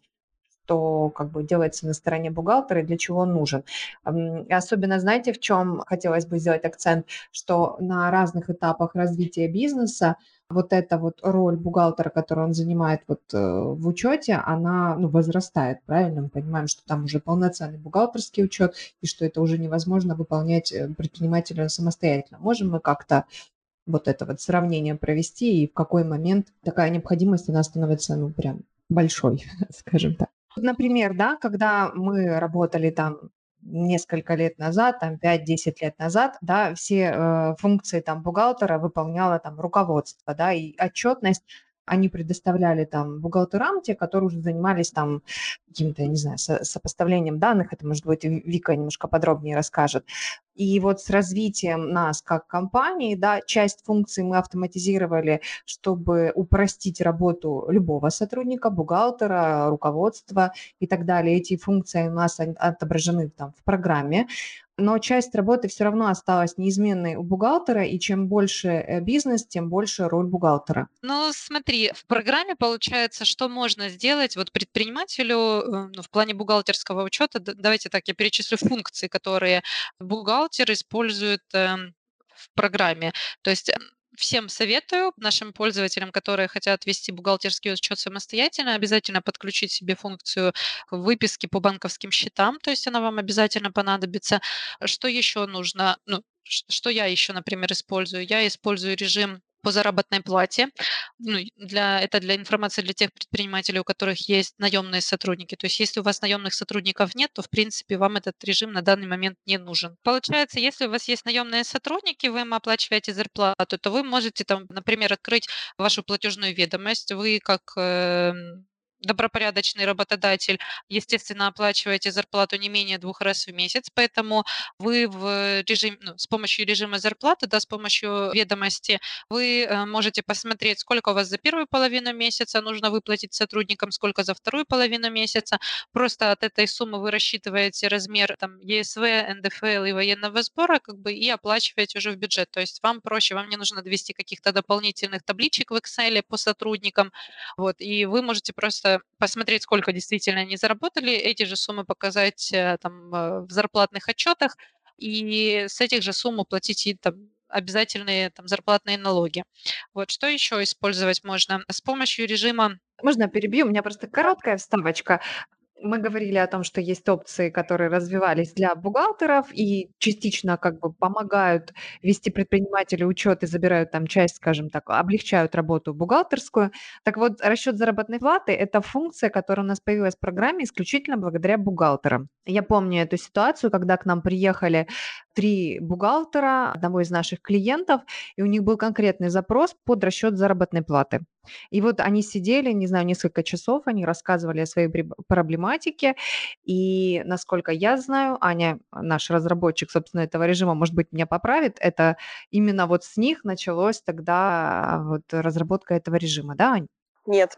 что как бы делается на стороне бухгалтера и для чего он нужен. М, и особенно, знаете, в чем хотелось бы сделать акцент, что на разных этапах развития бизнеса вот эта вот роль бухгалтера, которую он занимает вот э, в учете, она ну, возрастает, правильно? Мы понимаем, что там уже полноценный бухгалтерский учет и что это уже невозможно выполнять э, предпринимателю самостоятельно. Можем мы как-то вот это вот сравнение провести и в какой момент такая необходимость, она становится ну прям большой, скажем так. Вот, например, да, когда мы работали там несколько лет назад, там пять-десять лет назад, да, все э, функции там бухгалтера выполняло там руководство, да, и отчетность, они предоставляли там бухгалтерам, те, которые уже занимались там каким-то, я не знаю, со- сопоставлением данных, это, может быть, Ви- Вика немножко подробнее расскажет. И вот с развитием нас как компании, да, часть функций мы автоматизировали, чтобы упростить работу любого сотрудника, бухгалтера, руководства и так далее. Эти функции у нас он- отображены там в программе, но часть работы все равно осталась неизменной у бухгалтера, и чем больше э, бизнес, тем больше роль бухгалтера. Ну, смотри, в программе получается, что можно сделать вот предпринимателю, э, ну, в плане бухгалтерского учета. Д- Давайте так, я перечислю функции, которые бухгалтер использует эм, в программе. То есть м, всем советую, нашим пользователям, которые хотят вести бухгалтерский учет самостоятельно, обязательно подключить себе функцию выписки по банковским счетам, то есть она вам обязательно понадобится. Что еще нужно? Ну, ш- что я еще, например, использую? Я использую режим по заработной плате. Ну, и для, это для информации для тех предпринимателей, у которых есть наемные сотрудники. То есть если у вас наемных сотрудников нет, то, в принципе, вам этот режим на данный момент не нужен. Получается, если у вас есть наемные сотрудники, вы им оплачиваете зарплату, то вы можете там, например, открыть вашу платежную ведомость. Вы как эм, добропорядочный работодатель, естественно, оплачиваете зарплату не менее двух раз в месяц, поэтому вы в режим, ну, с помощью режима зарплаты, да, с помощью ведомости вы э, можете посмотреть, сколько у вас за первую половину месяца нужно выплатить сотрудникам, сколько за вторую половину месяца. Просто от этой суммы вы рассчитываете размер там, Е С В, Н Д Ф Л и военного сбора, как бы, и оплачиваете уже в бюджет. То есть вам проще, вам не нужно довести каких-то дополнительных табличек в Excel по сотрудникам. Вот, и вы можете просто посмотреть, сколько действительно они заработали, эти же суммы показать э, там, э, в зарплатных отчетах, и с этих же сумм уплатить и там обязательные там зарплатные налоги. Вот что еще использовать можно? С помощью режима Можно перебью? У меня просто короткая вставочка. Мы говорили о том, что есть опции, которые развивались для бухгалтеров и частично как бы помогают вести предпринимателю учет и забирают там часть, скажем так, облегчают работу бухгалтерскую. Так вот, расчет заработной платы– это функция, которая у нас появилась в программе исключительно благодаря бухгалтерам. Я помню эту ситуацию, когда к нам приехали три бухгалтера одного из наших клиентов, и у них был конкретный запрос под расчет заработной платы. И вот они сидели, не знаю, несколько часов, они рассказывали о своей бреб- проблематике. И, насколько я знаю, Аня, наш разработчик, собственно, этого режима, может быть, меня поправит, это именно вот с них началось тогда а, вот разработка этого режима, да, Ань? Нет,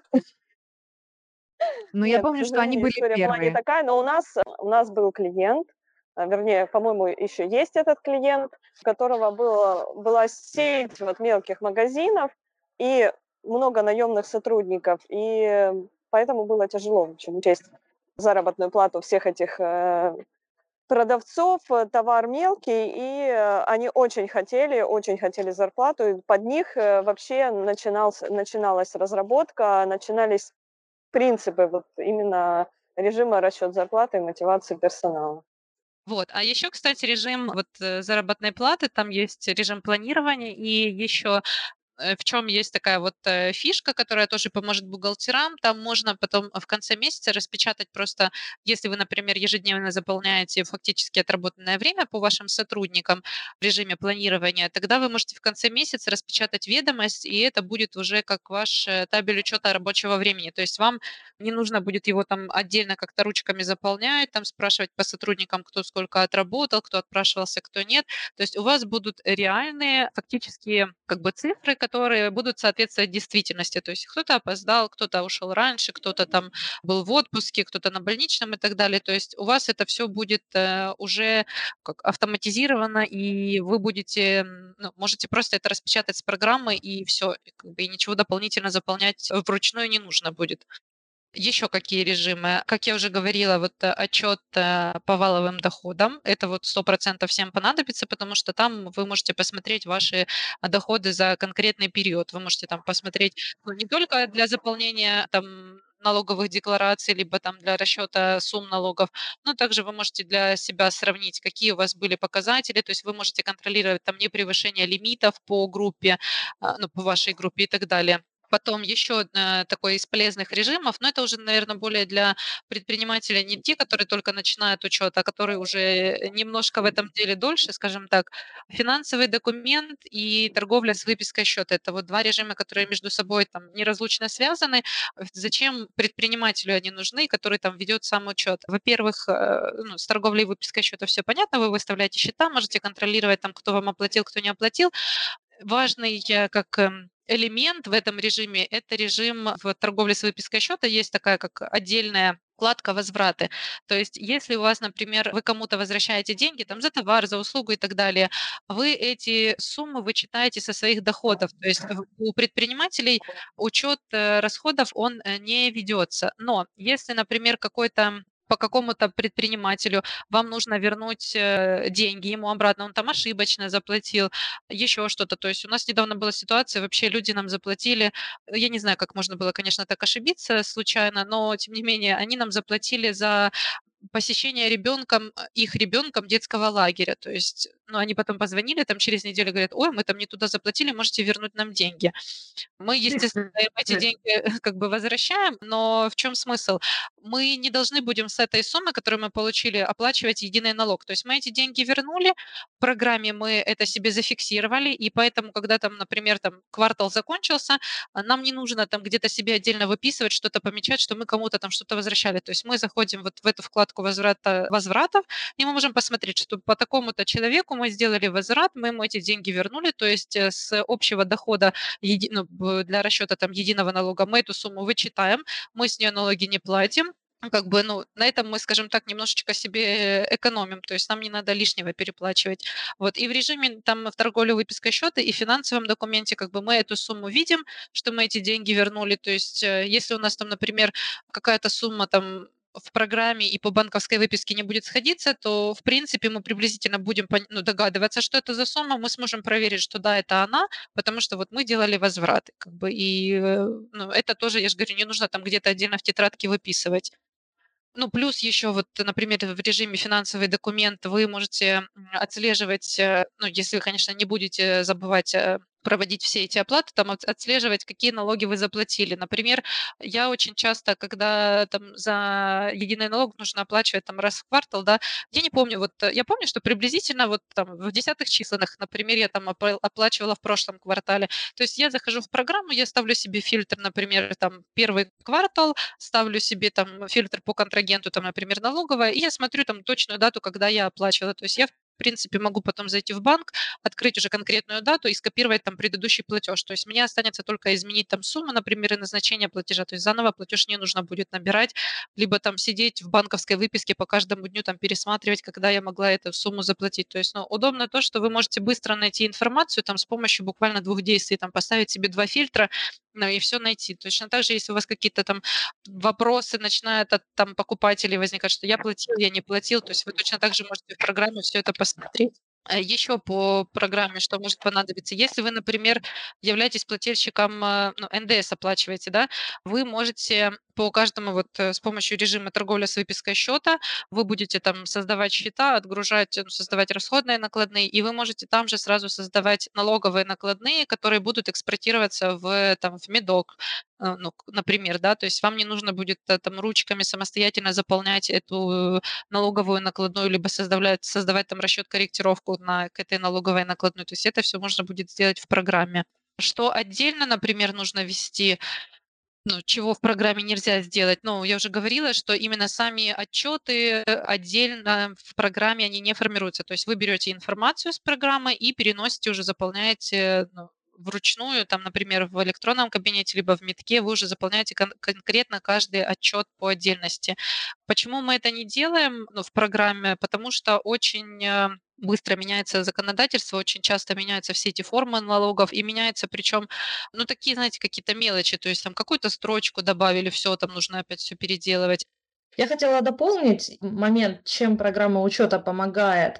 Ну, я нет, к помню, что они сожалению, были история была не первые. такая, но у нас, э, у нас был клиент, а, вернее, по-моему, еще есть этот клиент, у которого было, была сеть вот мелких магазинов и много наемных сотрудников, и э, поэтому было тяжело, в общем, учесть заработную плату всех этих э, продавцов, э, товар мелкий, и э, они очень хотели, очень хотели зарплату, и под них э, вообще начинался, начиналась разработка, начинались принципы вот именно режима расчет зарплаты и мотивации персонала. вот. А еще, кстати, режим вот э, заработной платы, там есть режим планирования и еще э, в чем есть такая вот э, фишка, которая тоже поможет бухгалтерам. Там можно потом в конце месяца распечатать просто, если вы, например, ежедневно заполняете фактически отработанное время по вашим сотрудникам в режиме планирования, тогда вы можете в конце месяца распечатать ведомость, и это будет уже как ваш э, табель учета рабочего времени. То есть вам не нужно будет его там отдельно как-то ручками заполнять, там спрашивать по сотрудникам, кто сколько отработал, кто отпрашивался, кто нет. То есть у вас будут реальные фактические как бы цифры, которые будут соответствовать действительности. То есть кто-то опоздал, кто-то ушел раньше, кто-то там был в отпуске, кто-то на больничном и так далее. То есть у вас это все будет э, уже как автоматизировано, и вы будете, м, ну, можете просто это распечатать с программы, и все, как бы, и ничего дополнительно заполнять вручную не нужно будет. Еще какие режимы? Как я уже говорила, вот э, отчет э, по валовым доходам, это вот сто процентов всем понадобится, потому что там вы можете посмотреть ваши а, доходы за конкретный период. Вы можете там посмотреть, ну, не только для заполнения там налоговых деклараций, либо там для расчета сумм налогов, но также вы можете для себя сравнить, какие у вас были показатели, то есть вы можете контролировать там непревышение лимитов по группе, а, ну, по вашей группе и так далее. Потом еще э, такой из полезных режимов, но это уже, наверное, более для предпринимателя не те, которые только начинают учет, а которые уже немножко в этом деле дольше, скажем так. Финансовый документ и торговля с выпиской счета. Это вот два режима, которые между собой там неразлучно связаны. Зачем предпринимателю они нужны, который там ведет сам учет? Во-первых, э, ну, с торговлей и выпиской счета все понятно, вы выставляете счета, можете контролировать там, кто вам оплатил, кто не оплатил. Важный э, как эм, элемент в этом режиме – это режим в торговле с выпиской счета. Есть такая как отдельная вкладка «Возвраты». То есть если у вас, например, вы кому-то возвращаете деньги там, за товар, за услугу и так далее, вы эти суммы вычитаете со своих доходов. То есть в- у предпринимателей учет э, расходов, он э, не ведется. Но если, например, какой-то по какому-то предпринимателю вам нужно вернуть э, деньги ему обратно, он там ошибочно заплатил, еще что-то. То есть у нас недавно была ситуация, вообще люди нам заплатили, э, я не знаю, как можно было, конечно, так ошибиться случайно, но тем не менее они нам заплатили за посещение ребенком, э, их ребенком детского лагеря. То есть, ну, они потом позвонили там через неделю, говорят, ой, мы там не туда заплатили, можете вернуть нам деньги. Мы, естественно, им эти деньги как бы возвращаем, но в чем смысл? Мы не должны будем с этой суммы, которую мы получили, оплачивать единый налог. То есть мы эти деньги вернули, в программе мы это себе зафиксировали, и поэтому, когда там, например, там квартал закончился, а, нам не нужно там где-то себе отдельно выписывать, что-то помечать, что мы кому-то там что-то возвращали. То есть мы заходим вот в эту вкладку возврата, возвратов, и мы можем посмотреть, что по такому-то человеку мы сделали возврат, мы ему эти деньги вернули, то есть э, с общего дохода еди ну, б для расчета там единого налога мы эту сумму вычитаем, мы с нее налоги не платим. Ну, как бы, ну, на этом мы, скажем так, немножечко себе экономим, то есть нам не надо лишнего переплачивать. Вот, и в режиме там в торговле выпиской счета и финансовом документе как бы мы эту сумму видим, что мы эти деньги вернули. То есть, э, если у нас там, например, какая-то сумма там в программе и по банковской выписке не будет сходиться, то, в принципе, мы приблизительно будем пон ну, догадываться, что это за сумма. Мы сможем проверить, что да, это она, потому что вот мы делали возвраты, как бы, и, э, ну, это тоже, я же говорю, не нужно там где-то отдельно в тетрадке выписывать. Ну, плюс еще вот, например, в режиме финансовый документ вы можете м, отслеживать, э, ну, если вы, конечно, не будете забывать э, проводить все эти оплаты, там от- отслеживать, какие налоги вы заплатили. Например, я очень часто, когда там за единый налог нужно оплачивать там раз в квартал, да, я не помню, вот э, я помню, что приблизительно вот там в десятых числах, например, я там опла- оплачивала в прошлом квартале. То есть я захожу в программу, я ставлю себе фильтр, например, там первый квартал, ставлю себе там фильтр по контрагенту, там, например, налоговая, и я смотрю там точную дату, когда я оплачивала. То есть я в принципе, могу потом зайти в банк, открыть уже конкретную дату и скопировать там предыдущий платеж. То есть мне останется только изменить там сумму, например, и назначение платежа. То есть заново платеж не нужно будет набирать, либо там сидеть в банковской выписке по каждому дню, там пересматривать, когда я могла эту сумму заплатить. То есть, ну, удобно то, что вы можете быстро найти информацию там с помощью буквально двух действий, там поставить себе два фильтра, ну, и все найти. Точно так же, если у вас какие-то там вопросы начинают от там покупателей возникать, что я платил, я не платил. То есть вы точно так же можете в программе все это посмотреть. А еще по программе, что может понадобиться. Если вы, например, являетесь плательщиком, э, ну, эн дэ эс оплачиваете, да, вы можете по каждому вот э, с помощью режима торговля с выпиской счета вы будете там создавать счета, отгружать, ну, создавать расходные накладные, и вы можете там же сразу создавать налоговые накладные, которые будут экспортироваться в, там, в медок, э, ну, к- например, да, то есть вам не нужно будет э, там ручками самостоятельно заполнять эту налоговую накладную, либо создавать, создавать там расчет корректировку на, к этой налоговой накладной. То есть это все можно будет сделать в программе. Что отдельно, например, нужно ввести, ну, чего в программе нельзя сделать? Ну, я уже говорила, что именно сами отчеты э, отдельно в программе они не формируются. То есть вы берете информацию с программы и переносите уже, заполняете, ну, вручную, там, например, в электронном кабинете, либо в Митке, вы уже заполняете кон- конкретно каждый отчет по отдельности. Почему мы это не делаем, ну, в программе? Потому что очень э, быстро меняется законодательство, очень часто меняются все эти формы налогов, и меняется причем, ну, такие, знаете, какие-то мелочи, то есть там какую-то строчку добавили, все, там нужно опять все переделывать. Я хотела дополнить момент, чем программа учета помогает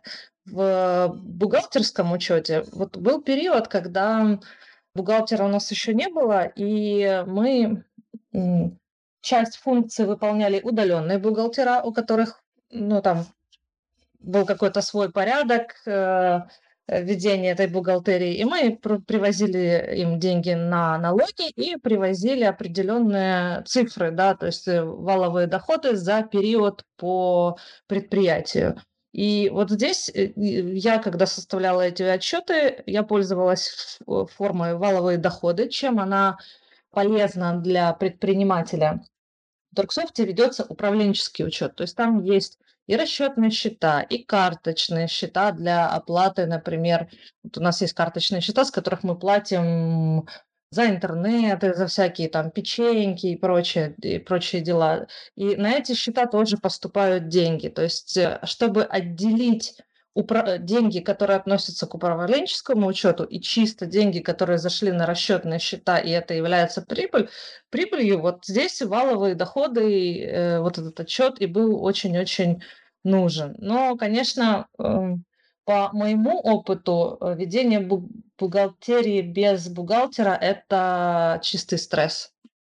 в бухгалтерском учете. Вот был период, когда бухгалтера у нас еще не было, и мы м, часть функций выполняли удаленные бухгалтера, у которых, ну, там был какой-то свой порядок, э, э, ведения этой бухгалтерии, и мы пр- привозили им деньги на налоги и привозили определенные цифры, да, то есть э, валовые доходы за период по предприятию. И вот здесь э, и я, когда составляла эти отчеты, я пользовалась ф- формой валовые доходы, чем она полезна для предпринимателя. В Торгсофте ведется управленческий учет, то есть там есть и расчетные счета, и карточные счета для оплаты, например, вот у нас есть карточные счета, с которых мы платим за интернет, и за всякие там печеньки и прочее, и прочие дела. И на эти счета тоже поступают деньги. То есть, э, чтобы отделить упра- деньги, которые относятся к управленческому учету, и чисто деньги, которые зашли на расчетные счета, и это является прибыль, прибылью, вот здесь валовые доходы, э, вот этот отчет и был очень-очень нужен. Но, конечно, эм, по моему опыту, э, ведение бу- бухгалтерии без бухгалтера– это чистый стресс.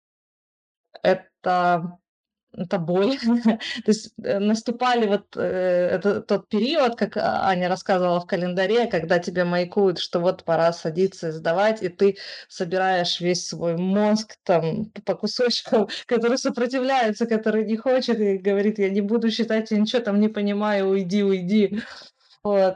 Это это боль. То есть, э, наступали вот, э, это тот период, как А Аня рассказывала в календаре, когда тебе маякуют, что вот пора садиться и сдавать, и ты собираешь весь свой мозг там п по кусочкам, который сопротивляется, который не хочет и говорит: "Я не буду считать, я ничего там не понимаю, уйди, уйди". Вот,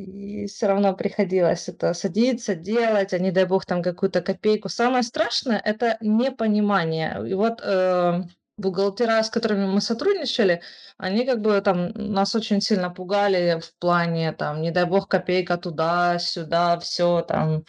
и всё равно приходилось это садиться, делать, а не дай бог там какую-то копейку. Самое страшное– это непонимание. И вот, э, бухгалтера, с которыми мы сотрудничали, они как бы там нас очень сильно пугали в плане там, не дай бог, копейка туда-сюда, все там,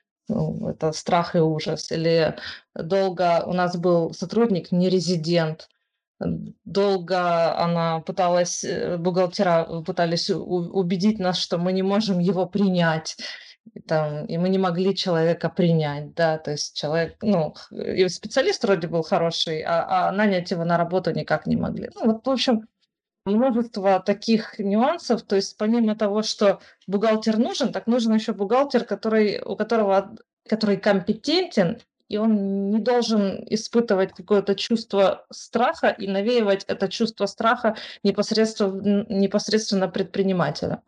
ну, это страх и ужас. Или долго у нас был сотрудник, не резидент. М, долго она пыталась, э, бухгалтера пытались у убедить нас, что мы не можем его принять. И там, и мы не могли человека принять, да. То есть человек, ну, х и специалист вроде был хороший, а а нанять его на работу никак не могли. Ну вот, в общем, множество таких нюансов. То есть помимо того, что бухгалтер нужен, так нужен еще бухгалтер, который, у которого, который компетентен, и он не должен испытывать какое-то чувство страха и навеивать это чувство страха непосредственно, непосредственно предпринимателя.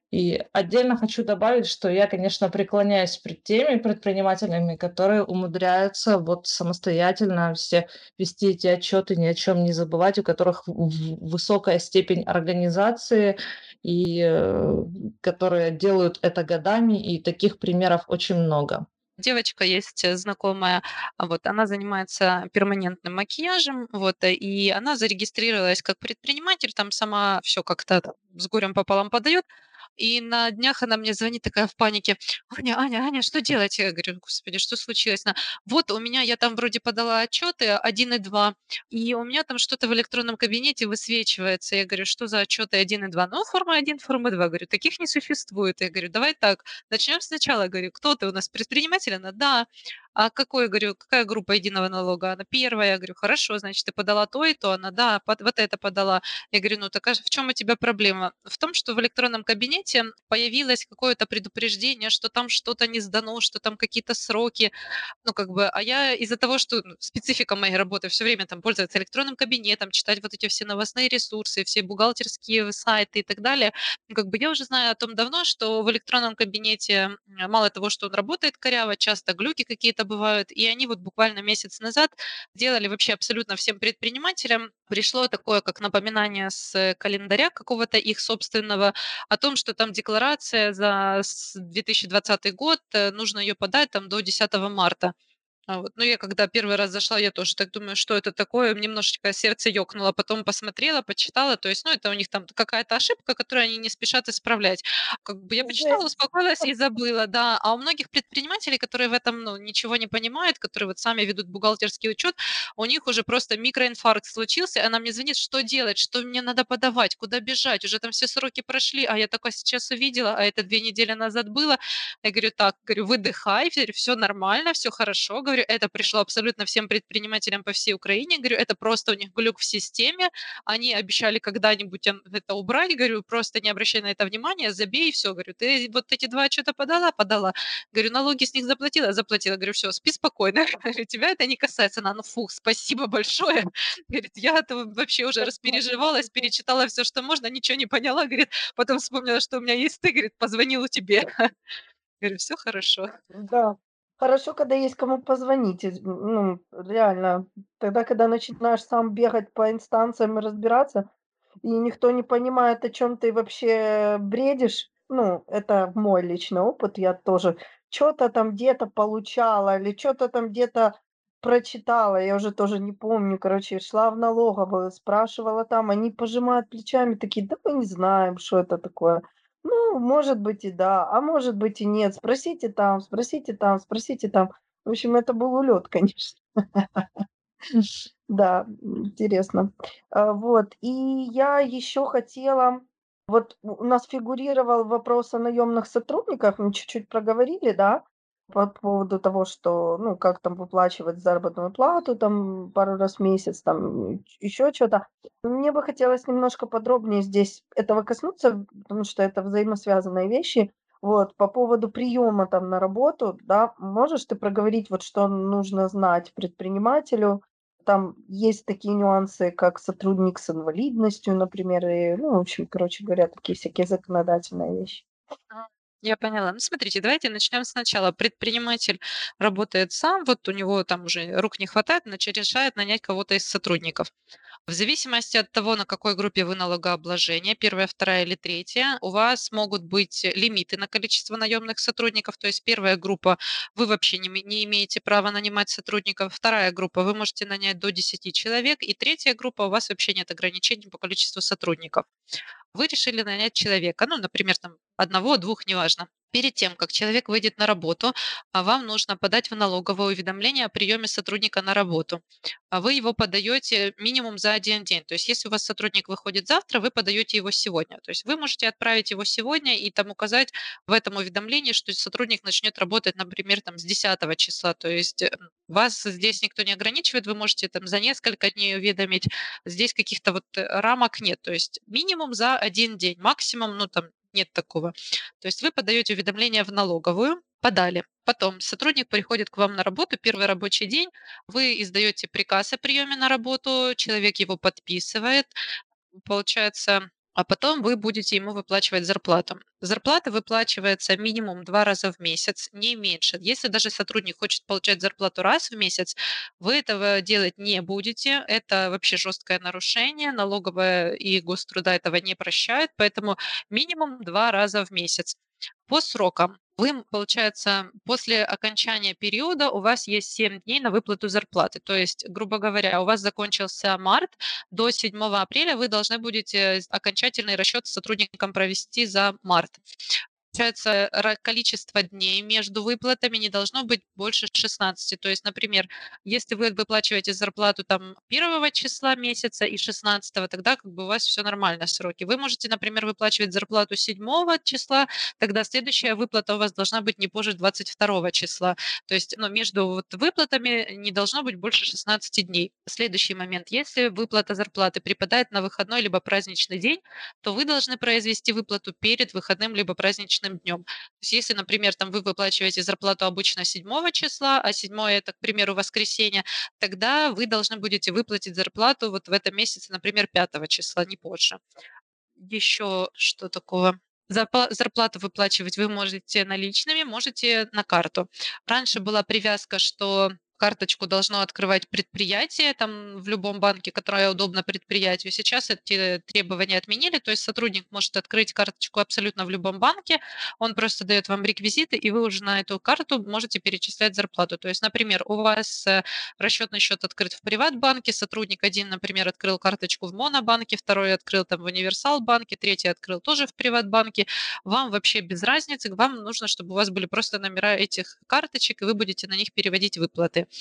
И отдельно хочу добавить, что я, конечно, преклоняюсь перед теми предпринимателями, которые умудряются вот самостоятельно все вести эти отчеты, ни о чем не забывать, у которых в- в- высокая степень организации и э, которые делают это годами, и таких примеров очень много. Девочка есть э, знакомая, а, вот она занимается перманентным макияжем, вот, э, и она зарегистрировалась как предприниматель, там сама все как-то там с горем пополам подает. И на днях она мне звонит такая в панике: "Аня, Аня, Аня, что делать?" Я говорю: "Господи, что случилось?" Она: "Вот у меня, я там вроде подала отчеты один и два, и у меня там что-то в электронном кабинете высвечивается". Я говорю: "Что за отчеты один и два?" "Ну, форма один, форма два". Говорю: "Таких не существует". Я говорю: "Давай так, начнем сначала". Говорю: "Кто ты у нас, предприниматель?" Она: "Да". "А какой?" Говорю: "Какая группа единого налога?" Она: "Первая". Я говорю: "Хорошо, значит, ты подала то и то". Она: "Да, под вот это подала". Я говорю: "Ну так а в чем у тебя проблема?" В том, что в электронном кабинете появилось какое-то предупреждение, что там что-то не сдано, что там какие-то сроки. Ну, как бы, а я из-за того, что ну, специфика моей работы все время там пользоваться электронным кабинетом, читать вот эти все новостные ресурсы, все бухгалтерские сайты и так далее, ну, как бы я уже знаю о том давно, что в электронном кабинете м, мало того, что он работает коряво, часто глюки какие-то бывают, и они вот буквально месяц назад делали вообще абсолютно всем предпринимателям. Пришло такое, как напоминание с календаря какого-то их собственного о том, что там декларация за с две тысячи двадцатый год, э, нужно ее подать там до десятого марта. А вот, ну, я когда первый раз зашла, я тоже так думаю, что это такое, немножечко сердце ёкнуло, потом посмотрела, почитала, то есть, ну, это у них там какая-то ошибка, которую они не спешат исправлять. Как бы я почитала, Жесть. успокоилась и забыла, да. А у многих предпринимателей, которые в этом, ну, ничего не понимают, которые вот сами ведут бухгалтерский учет, у них уже просто микроинфаркт случился, и она мне звонит, что делать, что мне надо подавать, куда бежать, уже там все сроки прошли, а я только сейчас увидела, а это две недели назад было. Я говорю: "Так, говорю, выдыхай, все нормально, все хорошо", говорю, говорю, это пришло абсолютно всем предпринимателям по всей Украине. Говорю, это просто у них глюк в системе. Они обещали когда-нибудь ан- это убрать. Говорю, просто не обращай на это внимания, забей и все. Говорю, ты вот эти два отчета подала? Подала. Говорю, налоги с них заплатила? Заплатила. Говорю, все, спи спокойно. Говорю, тебя это не касается. Она, ну фух, спасибо большое. Говорит, я-то вообще уже распереживалась, перечитала все, что можно, ничего не поняла. Говорит, потом вспомнила, что у меня есть ты, говорит, позвонила тебе. Говорю, все хорошо. Да. Хорошо, когда есть кому позвонить. Из ну, реально. Тогда, когда начинаешь сам бегать по инстанциям и разбираться, и никто не понимает, о чем ты вообще бредишь. Ну, это мой личный опыт. Я тоже что то там где-то получала или что то там где-то прочитала. Я уже тоже не помню. Короче, шла в налоговую, спрашивала там. Они пожимают плечами, такие: "Да мы не знаем, что это такое". Ну, может быть и да, а может быть и нет. Спросите там, спросите там, спросите там. В общем, это был улет, конечно. Да, интересно. А, вот, и я еще хотела, вот у у нас фигурировал вопрос о наемных сотрудниках, мы чуть-чуть проговорили, да, по поводу того, что, ну, как там выплачивать заработную плату, там, пару раз в месяц, там, еще что-то. Мне бы хотелось немножко подробнее здесь этого коснуться, потому что это взаимосвязанные вещи. Вот, по поводу приема там на работу, да, можешь ты проговорить, вот что нужно знать предпринимателю, там есть такие нюансы, как сотрудник с инвалидностью, например, и, ну, в общем, короче говоря, такие всякие законодательные вещи. А, Я поняла. Ну, смотрите, давайте начнем сначала. Предприниматель работает сам, вот у него там уже рук не хватает, значит, решает нанять кого-то из сотрудников. В зависимости от того, на какой группе вы налогообложения, первая, вторая или третья, у вас могут быть лимиты на количество наемных сотрудников. То есть первая группа, вы вообще не, ме- не имеете права нанимать сотрудников. Вторая группа, вы можете нанять до десяти человек. И третья группа, у вас вообще нет ограничений по количеству сотрудников. Вы решили нанять человека, ну, например, там одного, двух, неважно. Перед тем, как человек выйдет на работу, а, вам нужно подать в налоговое уведомление о приеме сотрудника на работу. А Вы его подаете минимум за один день. То есть если у вас сотрудник выходит завтра, вы подаете его сегодня. То есть вы можете отправить его сегодня и там указать в этом уведомлении, что сотрудник начнет работать, например, там с десятого числа. То есть э, вас здесь никто не ограничивает, вы можете там за несколько дней уведомить. Здесь каких-то вот э, рамок нет. То есть минимум за один день, максимум, ну там нет такого. То есть вы подаете уведомление в налоговую, подали. Потом сотрудник приходит к вам на работу, первый рабочий день, вы издаете приказ о приеме на работу, человек его подписывает, получается, а потом вы будете ему выплачивать зарплату. Зарплата выплачивается минимум два раза в месяц, не меньше. Если даже сотрудник хочет получать зарплату раз в месяц, вы этого делать не будете. Это вообще жесткое нарушение. Налоговая и гоструда этого не прощают, поэтому минимум два раза в месяц. По срокам. Вы, получается, после окончания периода у вас есть семь дней на выплату зарплаты. То есть, грубо говоря, у вас закончился март, до седьмого апреля вы должны будете окончательный расчет с сотрудником провести за март. Получается, ра- количество дней между выплатами не должно быть больше шестнадцати. То есть, например, если вы выплачиваете зарплату там первого числа месяца и шестнадцатого, тогда как бы у вас все нормально сроки. Вы можете, например, выплачивать зарплату седьмого числа, тогда следующая выплата у вас должна быть не позже двадцать второго числа. То есть, ну, между вот выплатами не должно быть больше шестнадцати дней. Следующий момент. Если выплата зарплаты припадает на выходной либо праздничный день, то вы должны произвести выплату перед выходным либо праздничным днем. То есть если, например, там вы выплачиваете зарплату обычно седьмого числа, а седьмое это, к примеру, воскресенье, тогда вы должны будете выплатить зарплату вот в этом месяце, например, пятого числа, не позже. Еще что такого? Зарпла- Зарплату выплачивать вы можете наличными, можете на карту. Раньше была привязка, что карточку должно открывать предприятие там в любом банке, которое удобно предприятию. Сейчас эти требования отменили, то есть сотрудник может открыть карточку абсолютно в любом банке, он просто дает вам реквизиты, и вы уже на эту карту можете перечислять зарплату. То есть, например, у вас э, расчетный счет открыт в приватбанке, сотрудник один, например, открыл карточку в Монобанке, второй открыл там в Универсал-банке, третий открыл тоже в приватбанке. Вам вообще без разницы, вам нужно, чтобы у вас были просто номера этих карточек, и вы будете на них переводить выплаты.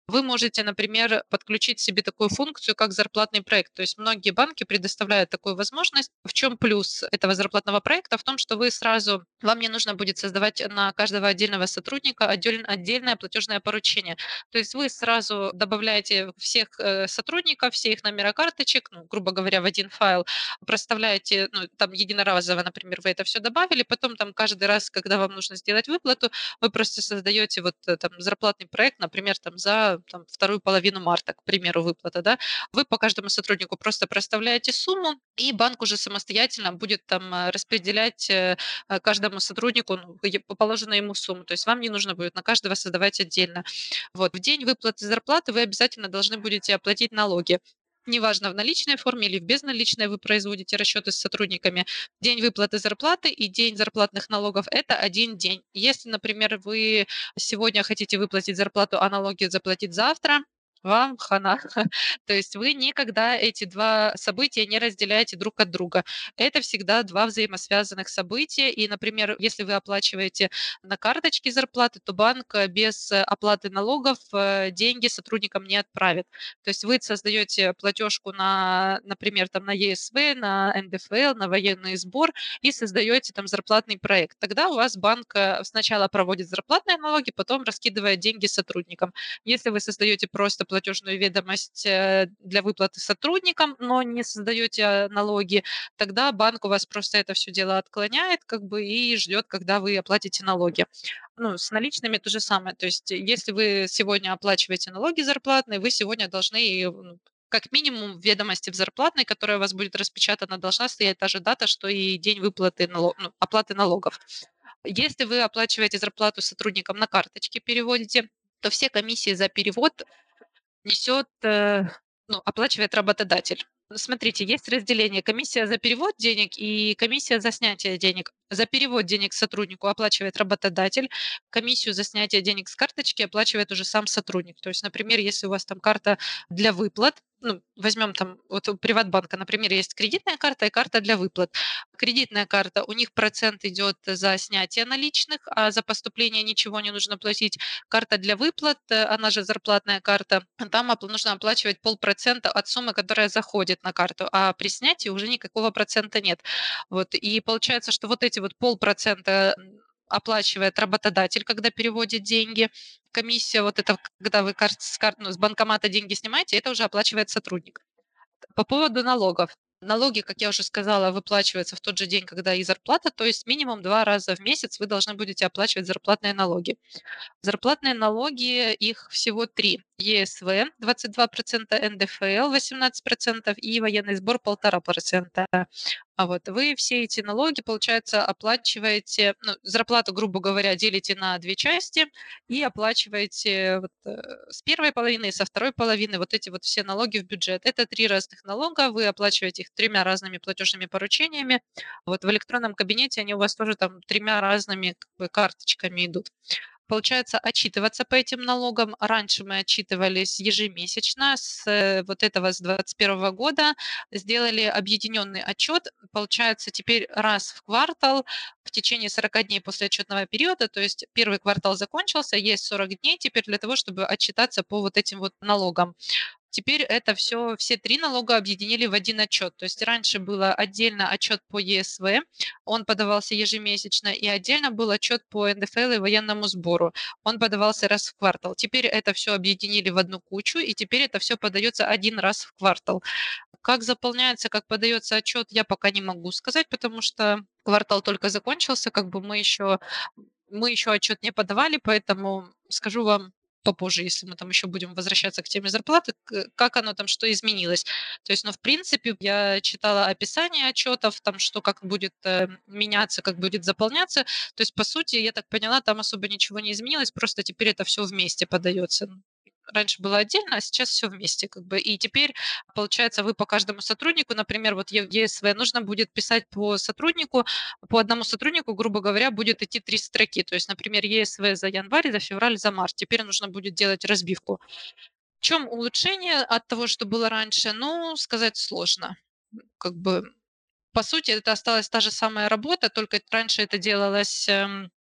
Вы можете, например, подключить себе такую функцию, как зарплатный проект. То есть многие банки предоставляют такую возможность. В чем плюс этого зарплатного проекта? В том, что вы сразу, вам не нужно будет создавать на каждого отдельного сотрудника отдель- отдельное платежное поручение. То есть вы сразу добавляете всех э, сотрудников, все их номера карточек, ну, грубо говоря, в один файл, проставляете, ну, там единоразово, например, вы это все добавили, потом там каждый раз, когда вам нужно сделать выплату, вы просто создаете вот э, там зарплатный проект, например, там за там, вторую половину марта, к примеру, выплата, да, вы по каждому сотруднику просто проставляете сумму, и банк уже самостоятельно будет там э, распределять э, э, каждому сотруднику ну, е- по положенной ему сумму. То есть вам не нужно будет на каждого создавать отдельно. Вот. В день выплаты зарплаты вы обязательно должны будете оплатить налоги. Неважно, в наличной форме или в безналичной вы производите расчеты с сотрудниками. День выплаты зарплаты и день зарплатных налогов – это один день. Если, например, вы сегодня хотите выплатить зарплату, а налоги заплатить завтра, вам хана. То есть вы никогда эти два события не разделяете друг от друга. Это всегда два взаимосвязанных события. И, например, если вы оплачиваете на карточке зарплаты, то банк э, без э, оплаты налогов э, деньги сотрудникам не отправит. То есть вы создаете платежку на, например, там на Е С В, на Н Д Ф Л, на военный сбор и создаете там зарплатный проект. Тогда у вас банк э, сначала проводит зарплатные налоги, потом раскидывает деньги сотрудникам. Если вы создаете просто платежную ведомость э, для выплаты сотрудникам, но не создаете э, налоги, тогда банк у вас просто это все дело отклоняет как бы и ждет, когда вы оплатите налоги. Ну, с наличными то же самое. То есть, э, если вы сегодня оплачиваете налоги зарплатные, вы сегодня должны и, ну, как минимум в ведомости в зарплатной, которая у вас будет распечатана, должна стоять та же дата, что и день выплаты нало- ну, оплаты налогов. Если вы оплачиваете зарплату сотрудникам на карточке, переводите, то все комиссии за перевод несет, э, ну, оплачивает работодатель. Смотрите, есть разделение: комиссия за перевод денег и комиссия за снятие денег. За перевод денег сотруднику оплачивает работодатель, комиссию за снятие денег с карточки оплачивает уже сам сотрудник. То есть, например, если у вас там карта для выплат, ну, возьмем там вот у Приватбанка, например, есть кредитная карта и карта для выплат. Кредитная карта, у них процент идет за снятие наличных, а за поступление ничего не нужно платить. Карта для выплат, э, она же зарплатная карта, там опл- нужно оплачивать полпроцента от суммы, которая заходит на карту, а при снятии уже никакого процента нет. Вот. И получается, что вот эти вот полпроцента м, оплачивает работодатель, когда переводит деньги. Комиссия, вот это, когда вы кар- с, кар- ну, с банкомата деньги снимаете, это уже оплачивает сотрудник. По поводу налогов. Налоги, как я уже сказала, выплачиваются в тот же день, когда и зарплата, то есть минимум два раза в месяц вы должны будете оплачивать зарплатные налоги. Зарплатные налоги, их всего три: Е С В двадцать два процента, Н Д Ф Л восемнадцать процентов и военный сбор полтора процента. А вот вы все эти налоги, получается, оплачиваете, ну, зарплату, грубо говоря, делите на две части и оплачиваете вот, э, с первой половины и со второй половины вот эти вот все налоги в бюджет. Это три разных налога, вы оплачиваете их тремя разными платежными поручениями. Вот в электронном кабинете они у вас тоже там тремя разными как бы карточками идут. Получается, отчитываться по этим налогам. Раньше мы отчитывались ежемесячно. С э, вот этого, с двадцать первого года сделали объединенный отчет. Получается, теперь раз в квартал в течение сорока дней после отчетного периода, то есть первый квартал закончился, есть сорок дней теперь для того, чтобы отчитаться по вот этим вот налогам. Теперь это все, все три налога объединили в один отчет. То есть раньше было отдельно отчет по Е С В, он подавался ежемесячно, и отдельно был отчет по Н Д Ф Л и военному сбору, он подавался раз в квартал. Теперь это все объединили в одну кучу, и теперь это все подается один раз в квартал. Как заполняется, как подается отчет, я пока не могу сказать, потому что квартал только закончился, как бы мы еще мы еще отчет не подавали, поэтому скажу вам попозже, если мы там еще будем возвращаться к теме зарплаты, к- как оно там, что изменилось. То есть, ну, в принципе, я читала описание отчетов, там, что как будет э, меняться, как будет заполняться. То есть, по сути, я так поняла, там особо ничего не изменилось, просто теперь это все вместе подается. Раньше было отдельно, а сейчас все вместе, как бы. И теперь, получается, вы по каждому сотруднику, например, вот Е Е С В нужно будет писать по сотруднику, по одному сотруднику, грубо говоря, будет идти три строки. То есть, например, Е С В за январь, за февраль, за март. Теперь нужно будет делать разбивку. В чем улучшение от того, что было раньше? Ну, сказать сложно. Как бы, по сути, это осталась та же самая работа, только раньше это делалось, эм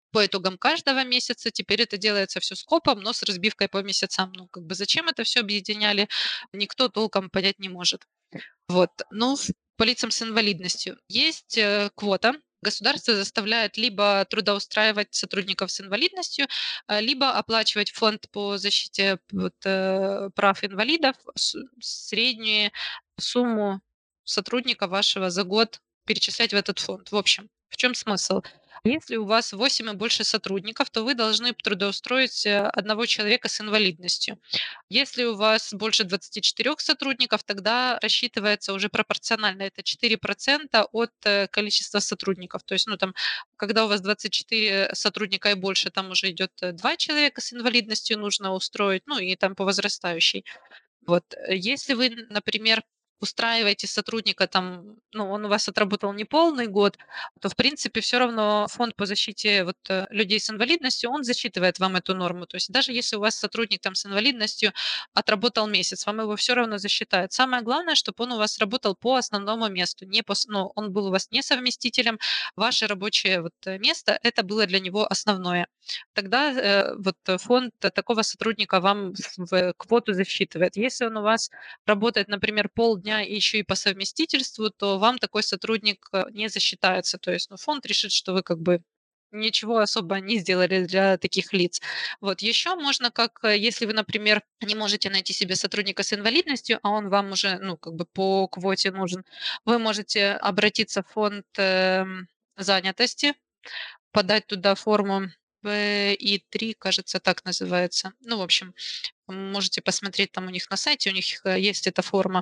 по итогам каждого месяца. Теперь это делается все скопом, но с разбивкой по месяцам. Ну, как бы зачем это все объединяли, никто толком понять не может. Вот. Ну, в- по лицам с инвалидностью есть э, квота. Государство заставляет либо трудоустраивать сотрудников с инвалидностью, а, либо оплачивать фонд по защите вот, э, прав инвалидов с- среднюю сумму сотрудника вашего за год перечислять в этот фонд. В общем, в чем смысл? Если у вас восемь и больше сотрудников, то вы должны трудоустроить э, одного человека с инвалидностью. Если у вас больше двадцати четырёх сотрудников, тогда рассчитывается уже пропорционально. Это четыре процента от э, количества сотрудников. То есть, ну, там, когда у вас двадцать четыре сотрудника и больше, там уже идет э, два человека с инвалидностью нужно устроить, ну, и там по возрастающей. Вот. э, Если вы, например, устраиваете сотрудника, там, ну, он у вас отработал не полный год, то, в принципе, все равно фонд по защите вот, э, людей с инвалидностью, он засчитывает вам эту норму. То есть даже если у вас сотрудник там с инвалидностью отработал месяц, вам его все равно засчитают. Самое главное, чтобы он у вас работал по основному месту, не по, с- ну, он был у вас не совместителем, ваше рабочее вот э, место, это было для него основное. Тогда э, вот э, фонд такого сотрудника вам в в квоту засчитывает. Если он у вас работает, например, полдня и еще и по совместительству, то вам такой сотрудник э, не засчитается. То есть, ну, фонд решит, что вы как бы ничего особо не сделали для таких лиц. Вот еще можно, как э, если вы, например, не можете найти себе сотрудника с инвалидностью, а он вам уже, ну, как бы по квоте нужен, вы можете обратиться в фонд эм, занятости, подать туда форму П И три, кажется, так называется. Ну, в общем, можете посмотреть там у них на сайте, у них э, есть эта форма.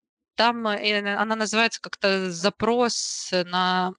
Там э, она называется как-то запрос на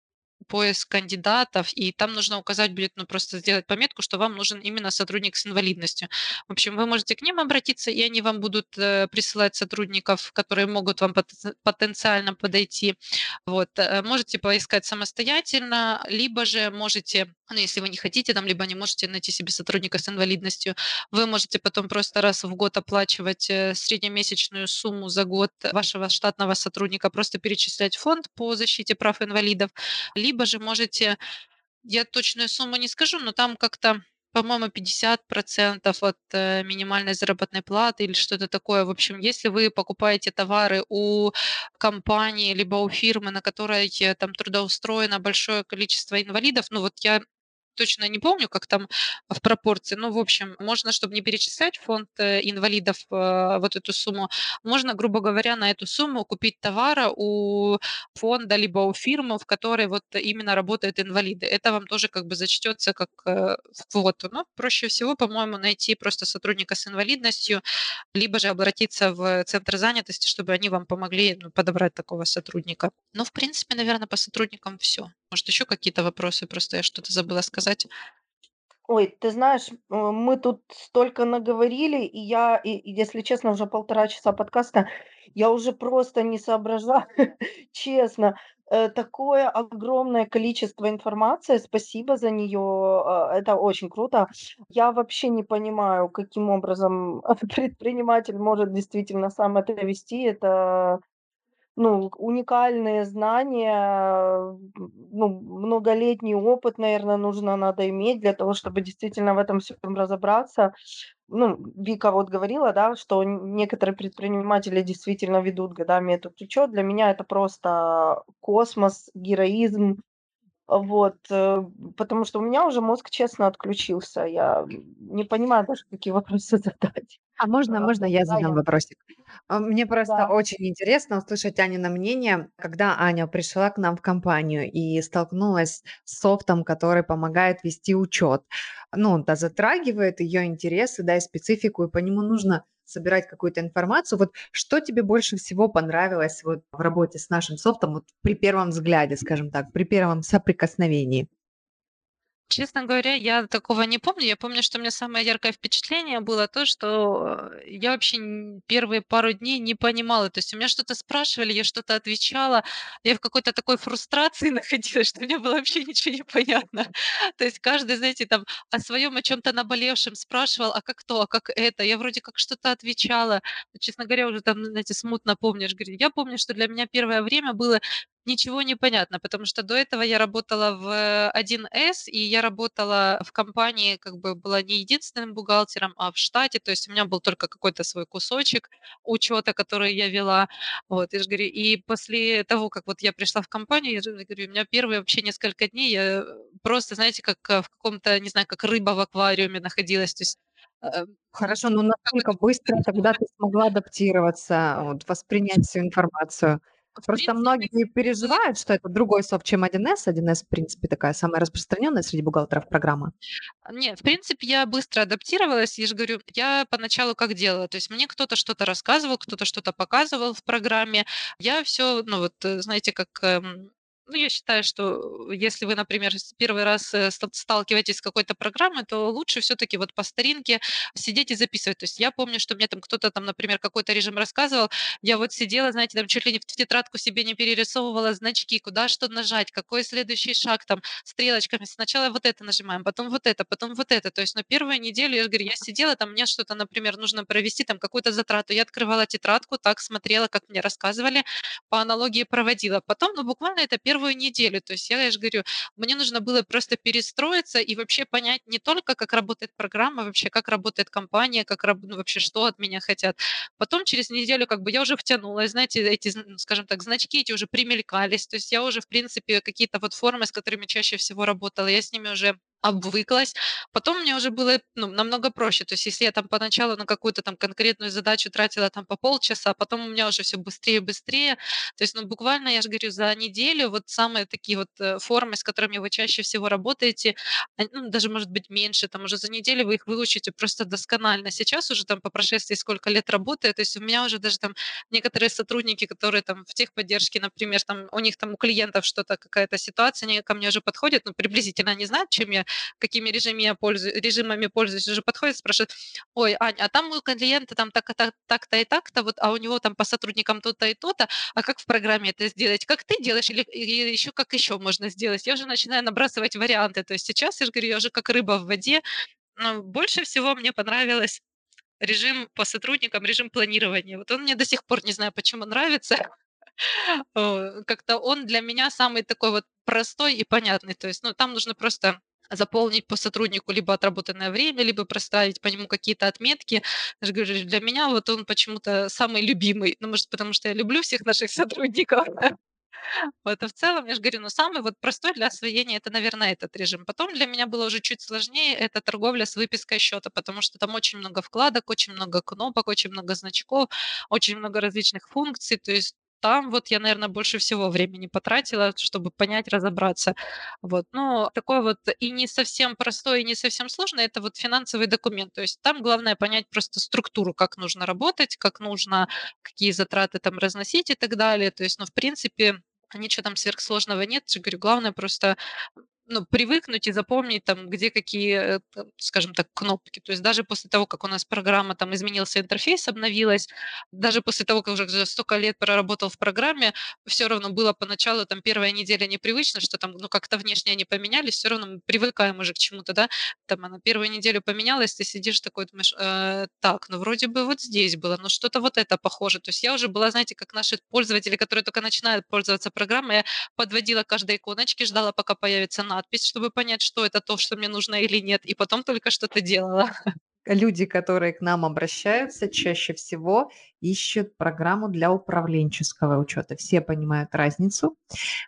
поиск кандидатов, и там нужно указать будет, ну, просто сделать пометку, что вам нужен именно сотрудник с инвалидностью. В общем, вы можете к ним обратиться, и они вам будут э, присылать сотрудников, которые могут вам потен- потенциально подойти. Вот. э, Можете поискать самостоятельно, либо же можете, ну, если вы не хотите, там, либо не можете найти себе сотрудника с инвалидностью, вы можете потом просто раз в год оплачивать э, среднемесячную сумму за год вашего штатного сотрудника, просто перечислять в фонд по защите прав инвалидов, либо же можете, я точную сумму не скажу, но там как-то, по-моему, пятьдесят процентов от э, минимальной заработной платы или что-то такое. В общем, если вы покупаете товары у компании либо у фирмы, на которой э, там трудоустроено большое количество инвалидов, ну вот я точно не помню, как там в пропорции. Ну, в общем, можно, чтобы не перечислять в фонд э, инвалидов э, вот эту сумму, можно, грубо говоря, на эту сумму купить товара у фонда либо у фирмы, в которой вот именно работают инвалиды. Это вам тоже как бы зачтется как э, в квоту. Но проще всего, по-моему, найти просто сотрудника с инвалидностью, либо же обратиться в центр занятости, чтобы они вам помогли, ну, подобрать такого сотрудника. Ну, в принципе, наверное, по сотрудникам все. Может, еще какие-то вопросы? Просто я что-то забыла сказать. Ой, ты знаешь, э, мы тут столько наговорили, и я, и, и, если честно, уже полтора часа подкаста, я уже просто не соображаю, честно. Э, Такое огромное количество информации, спасибо за нее, это очень круто. Я вообще не понимаю, каким образом предприниматель может действительно сам это вести. Это ну, уникальные знания, м, ну, многолетний опыт, наверное, нужно надо иметь для того, чтобы действительно в этом всем разобраться. Ну, Вика вот говорила, да, что н некоторые предприниматели действительно ведут годами этот учет. Для меня это просто космос, героизм. Вот, э, потому что у меня уже мозг, честно, отключился. Я не понимаю даже, какие вопросы задать. А можно, А, можно я да, задам Ян? вопросик? А, Мне просто Да. очень интересно услышать Анино мнение, когда Аня пришла к нам в компанию и столкнулась с софтом, который помогает вести учет. Ну, да, затрагивает ее интересы, да, и специфику, и по нему нужно собирать какую-то информацию. Вот что тебе больше всего понравилось вот в работе с нашим софтом вот при первом взгляде, скажем так, при первом соприкосновении? Честно говоря, я такого не помню. Я помню, что у меня самое яркое впечатление было то, что э, я вообще н- первые пару дней не понимала. То есть у меня что-то спрашивали, я что-то отвечала. Я в какой-то такой фрустрации находилась, что мне было вообще ничего не понятно. То есть каждый, знаете, там о своем, о чем-то наболевшем спрашивал, а как то, а как это. Я вроде как что-то отвечала. Но, честно говоря, уже там, знаете, смутно помнишь. Говорю, я помню, что для меня первое время было ничего не понятно, потому что до этого я работала в один эс, и я работала в компании, как бы была не единственным бухгалтером, а в штате, то есть у меня был только какой-то свой кусочек учета, который я вела. Вот, я же говорю, и после того, как вот я пришла в компанию, я же говорю, у меня первые вообще несколько дней я просто, знаете, как э, в каком-то, не знаю, как рыба в аквариуме находилась, то есть э, Хорошо, но какой-то насколько быстро тогда ты смогла адаптироваться, вот, воспринять всю информацию? в Просто принципе, многие переживают, что это другой софт, чем один эс. один эс, в принципе, такая самая распространенная среди бухгалтеров программа. не, в принципе, я быстро адаптировалась. Я же говорю, я поначалу как делала? То есть мне кто-то что-то рассказывал, кто-то что-то показывал в программе. Я все, ну вот, э, знаете, как, эм, ну, я считаю, что если вы, например, с первый раз э, ста- сталкиваетесь с какой-то программой, то лучше все-таки вот по старинке сидеть и записывать. То есть я помню, что мне там кто-то там, например, какой-то режим рассказывал, я вот сидела, знаете, там чуть ли не в тетрадку себе не перерисовывала значки, куда что нажать, какой следующий шаг там, стрелочками. Сначала вот это нажимаем, потом вот это, потом вот это. То есть на первую неделю, я же говорю, я сидела, там мне что-то, например, нужно провести, там какую-то затрату. Я открывала тетрадку, так смотрела, как мне рассказывали, по аналогии проводила. Потом, ну, буквально это первую неделю. То есть я, я же говорю, мне нужно было просто перестроиться и вообще понять не только, как работает программа, вообще, как работает компания, как, раб- ну, вообще, что от меня хотят. Потом через неделю как бы я уже втянулась, знаете, эти, зн- скажем так, значки эти уже примелькались, то есть я уже, в принципе, какие-то вот формы, с которыми чаще всего работала, я с ними уже обвыклась. Потом мне уже было, ну, намного проще. То есть если я там поначалу на какую-то там конкретную задачу тратила там по полчаса, потом у меня уже все быстрее и быстрее. То есть, ну, буквально, я же говорю, за неделю вот самые такие вот э, формы, с которыми вы чаще всего работаете, они, ну, даже, может быть, меньше, там уже за неделю вы их выучите просто досконально. Сейчас уже там по прошествии сколько лет работы, то есть у меня уже даже там некоторые сотрудники, которые там в техподдержке, например, там у них там у клиентов что-то, какая-то ситуация, они ко мне уже подходят, ну, приблизительно не знают, чем я, какими режимами я пользуюсь, режимами пользуюсь, уже подходят, спрашивают, ой, Аня, а там у клиента там так, так, так-то и так-то, вот, а у него там по сотрудникам то-то и то-то, а как в программе это сделать? Как ты делаешь? Или, или еще как еще можно сделать? Я уже начинаю набрасывать варианты. То есть сейчас, я же говорю, я уже как рыба в воде. Но больше всего мне понравилось режим по сотрудникам, режим планирования. Вот он мне до сих пор не знаю, почему нравится. Э, Как-то он для меня самый такой вот простой и понятный. То есть, ну, там нужно просто заполнить по сотруднику либо отработанное время, либо проставить по нему какие-то отметки. Я же говорю, для меня вот он почему-то самый любимый. Ну, может, потому что я люблю всех наших сотрудников. Вот, а в целом, я же говорю, ну, самый вот простой для освоения — это, наверное, этот режим. Потом для меня было уже чуть сложнее — это торговля с выпиской счета, потому что там очень много вкладок, очень много кнопок, очень много значков, очень много различных функций. То есть там вот я, наверное, больше всего времени потратила, чтобы понять, разобраться. Вот. Ну, такой вот и не совсем простой, и не совсем сложный — это вот финансовый документ. То есть там главное понять просто структуру, как нужно работать, как нужно, какие затраты там разносить и так далее. То есть, ну, в принципе, а ничего там сверхсложного нет. Я говорю, главное просто, ну, привыкнуть и запомнить там, где какие, э, там, скажем так, кнопки. То есть даже после того, как у нас программа там изменился интерфейс, обновилась, даже после того, как уже столько лет проработал в программе, все равно было поначалу там первая неделя непривычно, что там, ну, как-то внешне они поменялись, все равно мы привыкаем уже к чему-то, да. Там она первую неделю поменялась, ты сидишь такой, думаешь, э, так, ну, вроде бы вот здесь было, но что-то вот это похоже. То есть я уже была, знаете, как наши пользователи, которые только начинают пользоваться программой, я подводила к каждой иконочке, ждала, пока появится надпись, чтобы понять, что это то, что мне нужно или нет, и потом только что-то делала. Люди, которые к нам обращаются, чаще всего ищут программу для управленческого учета. Все понимают разницу.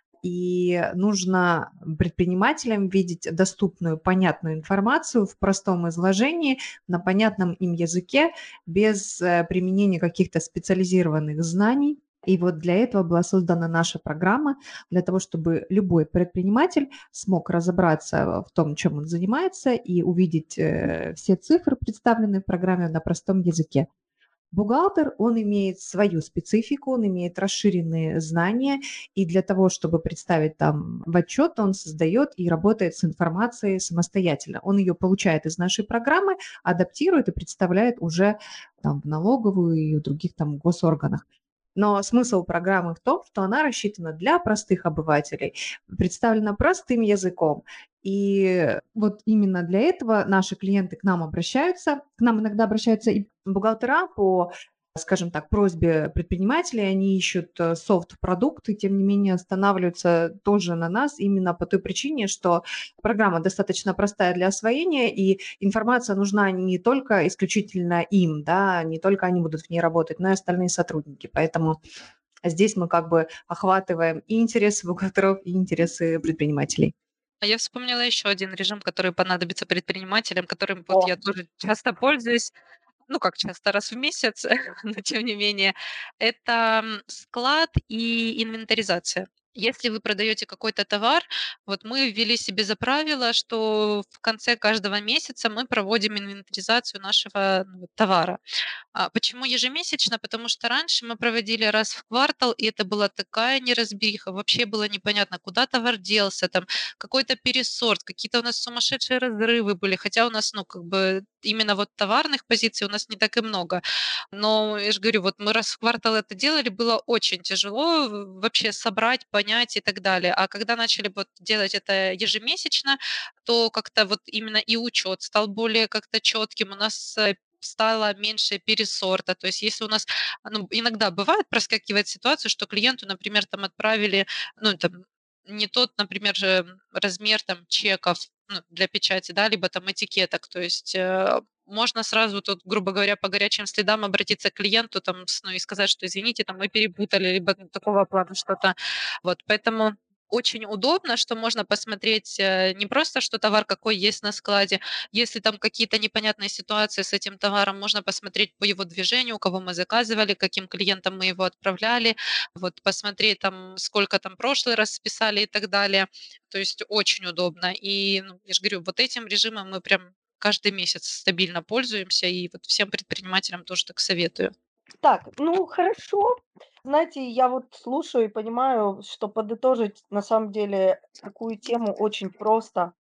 И нужно предпринимателям видеть доступную, понятную информацию в простом изложении, на понятном им языке, без э, применения каких-то специализированных знаний. И вот для этого была создана наша программа, для того, чтобы любой предприниматель смог разобраться в том, чем он занимается, и увидеть э, все цифры, представленные в программе, на простом языке. Бухгалтер, он имеет свою специфику, он имеет расширенные знания, и для того, чтобы представить там в отчет, он создает и работает с информацией самостоятельно. Он ее получает из нашей программы, адаптирует и представляет уже там в налоговую и в других там госорганах. Но смысл программы в том, что она рассчитана для простых обывателей, представлена простым языком. И вот именно для этого наши клиенты к нам обращаются. К нам иногда обращаются и бухгалтера по скажем так, просьбе предпринимателей. Они ищут э, софт-продукты, тем не менее останавливаются тоже на нас именно по той причине, что программа достаточно простая для освоения, и информация нужна не только исключительно им, да, не только они будут в ней работать, но и остальные сотрудники. Поэтому здесь мы как бы охватываем и интересы бухгалтеров, и интересы предпринимателей. А я вспомнила еще один режим, который понадобится предпринимателям, которым вот О, я тоже часто пользуюсь. Ну, как часто, раз в месяц, но тем не менее. Это, м, склад и инвентаризация. Если вы продаете какой-то товар, вот мы ввели себе за правило, что в конце каждого месяца мы проводим инвентаризацию нашего, ну, вот товара. А почему ежемесячно? Потому что раньше мы проводили раз в квартал, и это была такая неразбериха. Вообще было непонятно, куда товар делся, там какой-то пересорт, какие-то у нас сумасшедшие разрывы были. Хотя у нас, ну, как бы именно вот товарных позиций у нас не так и много. Но я же говорю, вот мы раз в квартал это делали, было очень тяжело в- вообще собрать, понять и так далее. А когда начали вот делать это ежемесячно, то как-то вот именно и учет стал более как-то четким. У нас э, стало меньше пересорта. То есть если у нас, ну, иногда бывает, проскакивает ситуация, что клиенту, например, там отправили, ну, там, не тот, например, же размер там чеков, ну, для печати, да, либо там этикеток. То есть э, можно сразу тут, грубо говоря, по горячим следам обратиться к клиенту там, с- ну, и сказать, что извините, там мы перепутали, либо ну, такого плана что-то. Вот, поэтому очень удобно, что можно посмотреть э, не просто, что товар какой есть на складе, если там какие-то непонятные ситуации с этим товаром, можно посмотреть по его движению, у кого мы заказывали, каким клиентам мы его отправляли, вот посмотреть там, сколько там прошлый раз списали и так далее. То есть очень удобно. И, ну, я же говорю, вот этим режимом мы прям каждый месяц стабильно пользуемся, и вот всем предпринимателям тоже так советую. так, ну хорошо. Знаете, я вот слушаю и понимаю, что подытожить на самом деле такую тему очень просто,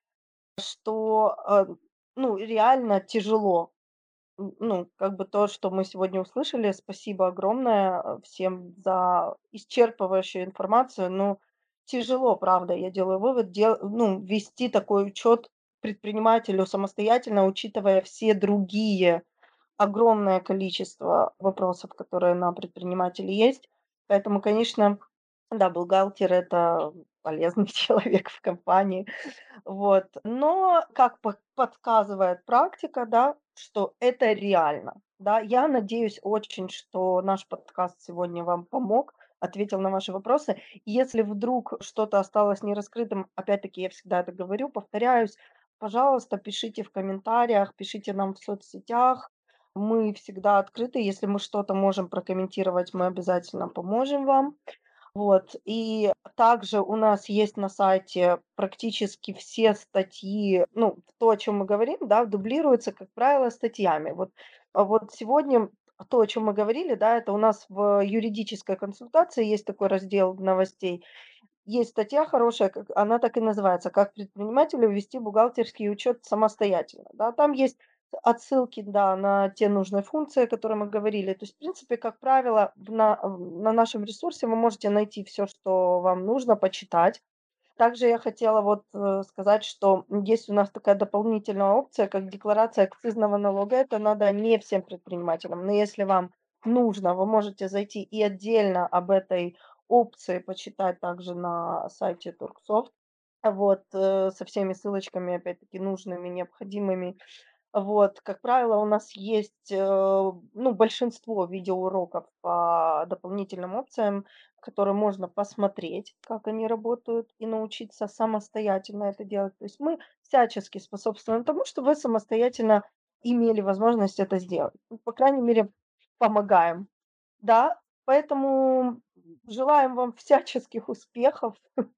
что, э, ну, реально тяжело. М, ну, как бы то, что мы сегодня услышали. Спасибо огромное, э, всем за исчерпывающую информацию. Ну, тяжело, правда, я делаю вывод, дел ну, вести такой учет предпринимателю самостоятельно, учитывая все другие огромное количество вопросов, которые на предпринимателе есть. Поэтому, конечно, да, бухгалтер- это полезный человек в компании. Вот. Но, как по подсказывает практика, да, что это реально. Да, я надеюсь очень, что наш подкаст сегодня вам помог, ответил на ваши вопросы. Если вдруг что-то осталось нераскрытым, опять-таки я всегда это говорю, повторяюсь, пожалуйста, пишите в комментариях, пишите нам в соцсетях. Мы всегда открыты. Если мы что-то можем прокомментировать, мы обязательно поможем вам. Вот. И также у нас есть на сайте практически все статьи, ну, то, о чем мы говорим, да, дублируется, как правило, статьями. Вот, а вот сегодня то, о чем мы говорили, да, это у нас в юридической консультации есть такой раздел новостей. Есть статья хорошая, как, она так и называется «Как предпринимателю вести бухгалтерский учет самостоятельно». Да, там есть отсылки, да, на те нужные функции, о которых мы говорили. То есть, в принципе, как правило, в на, в- на нашем ресурсе вы можете найти все, что вам нужно, почитать. Также я хотела вот э, сказать, что есть у нас такая дополнительная опция, как декларация акцизного налога. Это надо не всем предпринимателям, но если вам нужно, вы можете зайти и отдельно об этой опции почитать также на сайте Турксофт. Вот, э, со всеми ссылочками, опять-таки, нужными, необходимыми. Вот, как правило, у нас есть, э, ну, большинство видеоуроков по дополнительным опциям, которые можно посмотреть, как они работают, и научиться самостоятельно это делать. То есть мы всячески способствуем тому, чтобы вы самостоятельно имели возможность это сделать. Ну, по крайней мере, помогаем. Да, поэтому желаем вам всяческих успехов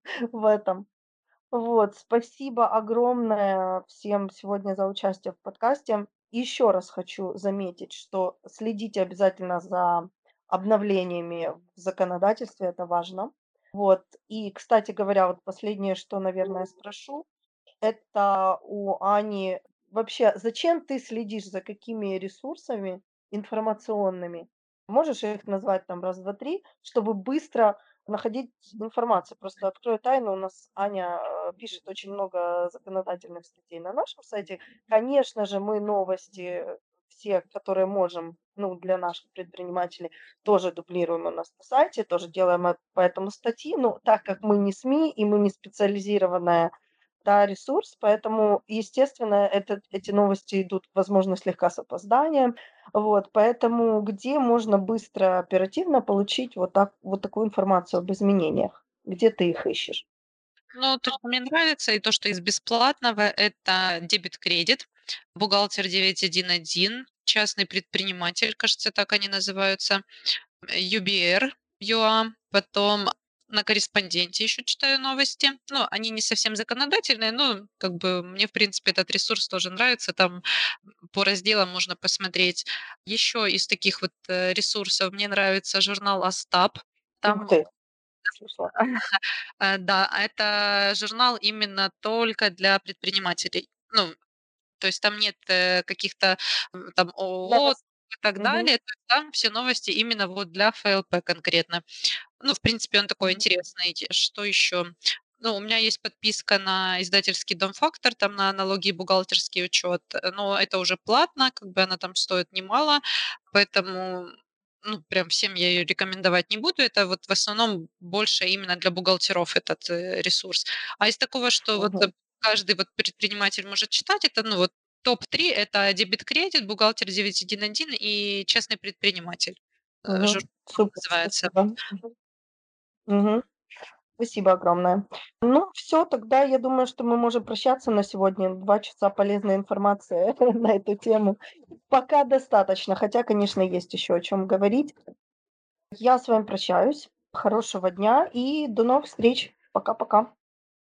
в этом. Вот, спасибо огромное всем сегодня за участие в подкасте. Еще раз хочу заметить, что следите обязательно за обновлениями в законодательстве, это важно. Вот, и, кстати говоря, вот последнее, что, наверное, спрошу, это у Ани вообще, зачем ты следишь за какими ресурсами информационными? Можешь их назвать там раз, два, три, чтобы быстро находить информацию? Просто открою тайну, у нас Аня э, пишет очень много законодательных статей на нашем сайте. Конечно же, мы новости все, которые можем, ну, для наших предпринимателей, тоже дублируем у нас на сайте, тоже делаем э, по этому статьи. Но так как мы не СМИ и мы не специализированная, да, ресурс, поэтому, естественно, это, эти новости идут, возможно, слегка с опозданием. Вот, поэтому где можно быстро, оперативно получить вот, так, вот такую информацию об изменениях? Где ты их ищешь? Ну, то, что мне нравится, и то, что из бесплатного, это дебет-кредит, бухгалтер девять один один, частный предприниматель, кажется, так они называются, э, ю би эр, ю а, потом на корреспонденте еще читаю новости. Ну, они не совсем законодательные, но как бы мне, в принципе, этот ресурс тоже нравится. Там по разделам можно посмотреть. Еще из таких вот э, ресурсов мне нравится журнал Остап. Ух Там ты, слышала. Э, да, а это журнал именно только для предпринимателей. Ну, то есть там нет, э, каких-то, м, там ООО Новос- и так Мгм, далее. То есть там все новости именно вот для эф эл пэ конкретно. Ну, в принципе, он такой мгм, интересный. Что еще? Ну, у меня есть подписка на издательский дом «Фактор», там на налоги и бухгалтерский учет, э, но это уже платно, как бы она там стоит немало, поэтому, ну, прям всем я ее рекомендовать не буду. Это вот в основном больше именно для бухгалтеров этот э, ресурс. А из такого, что вот мгм, э, каждый вот предприниматель может читать, это, ну, вот топ три это дебет-кредит, бухгалтер девять один один и честный предприниматель. Э, мгм. Журнал Супер, называется. спасибо. Мгм, мгм. Спасибо огромное. Ну, все, тогда я думаю, что мы можем прощаться на сегодня. Два часа полезной информации на эту тему. Пока достаточно, хотя, конечно, есть еще о чем говорить. Я с вами прощаюсь. Хорошего дня и до новых встреч. Пока-пока.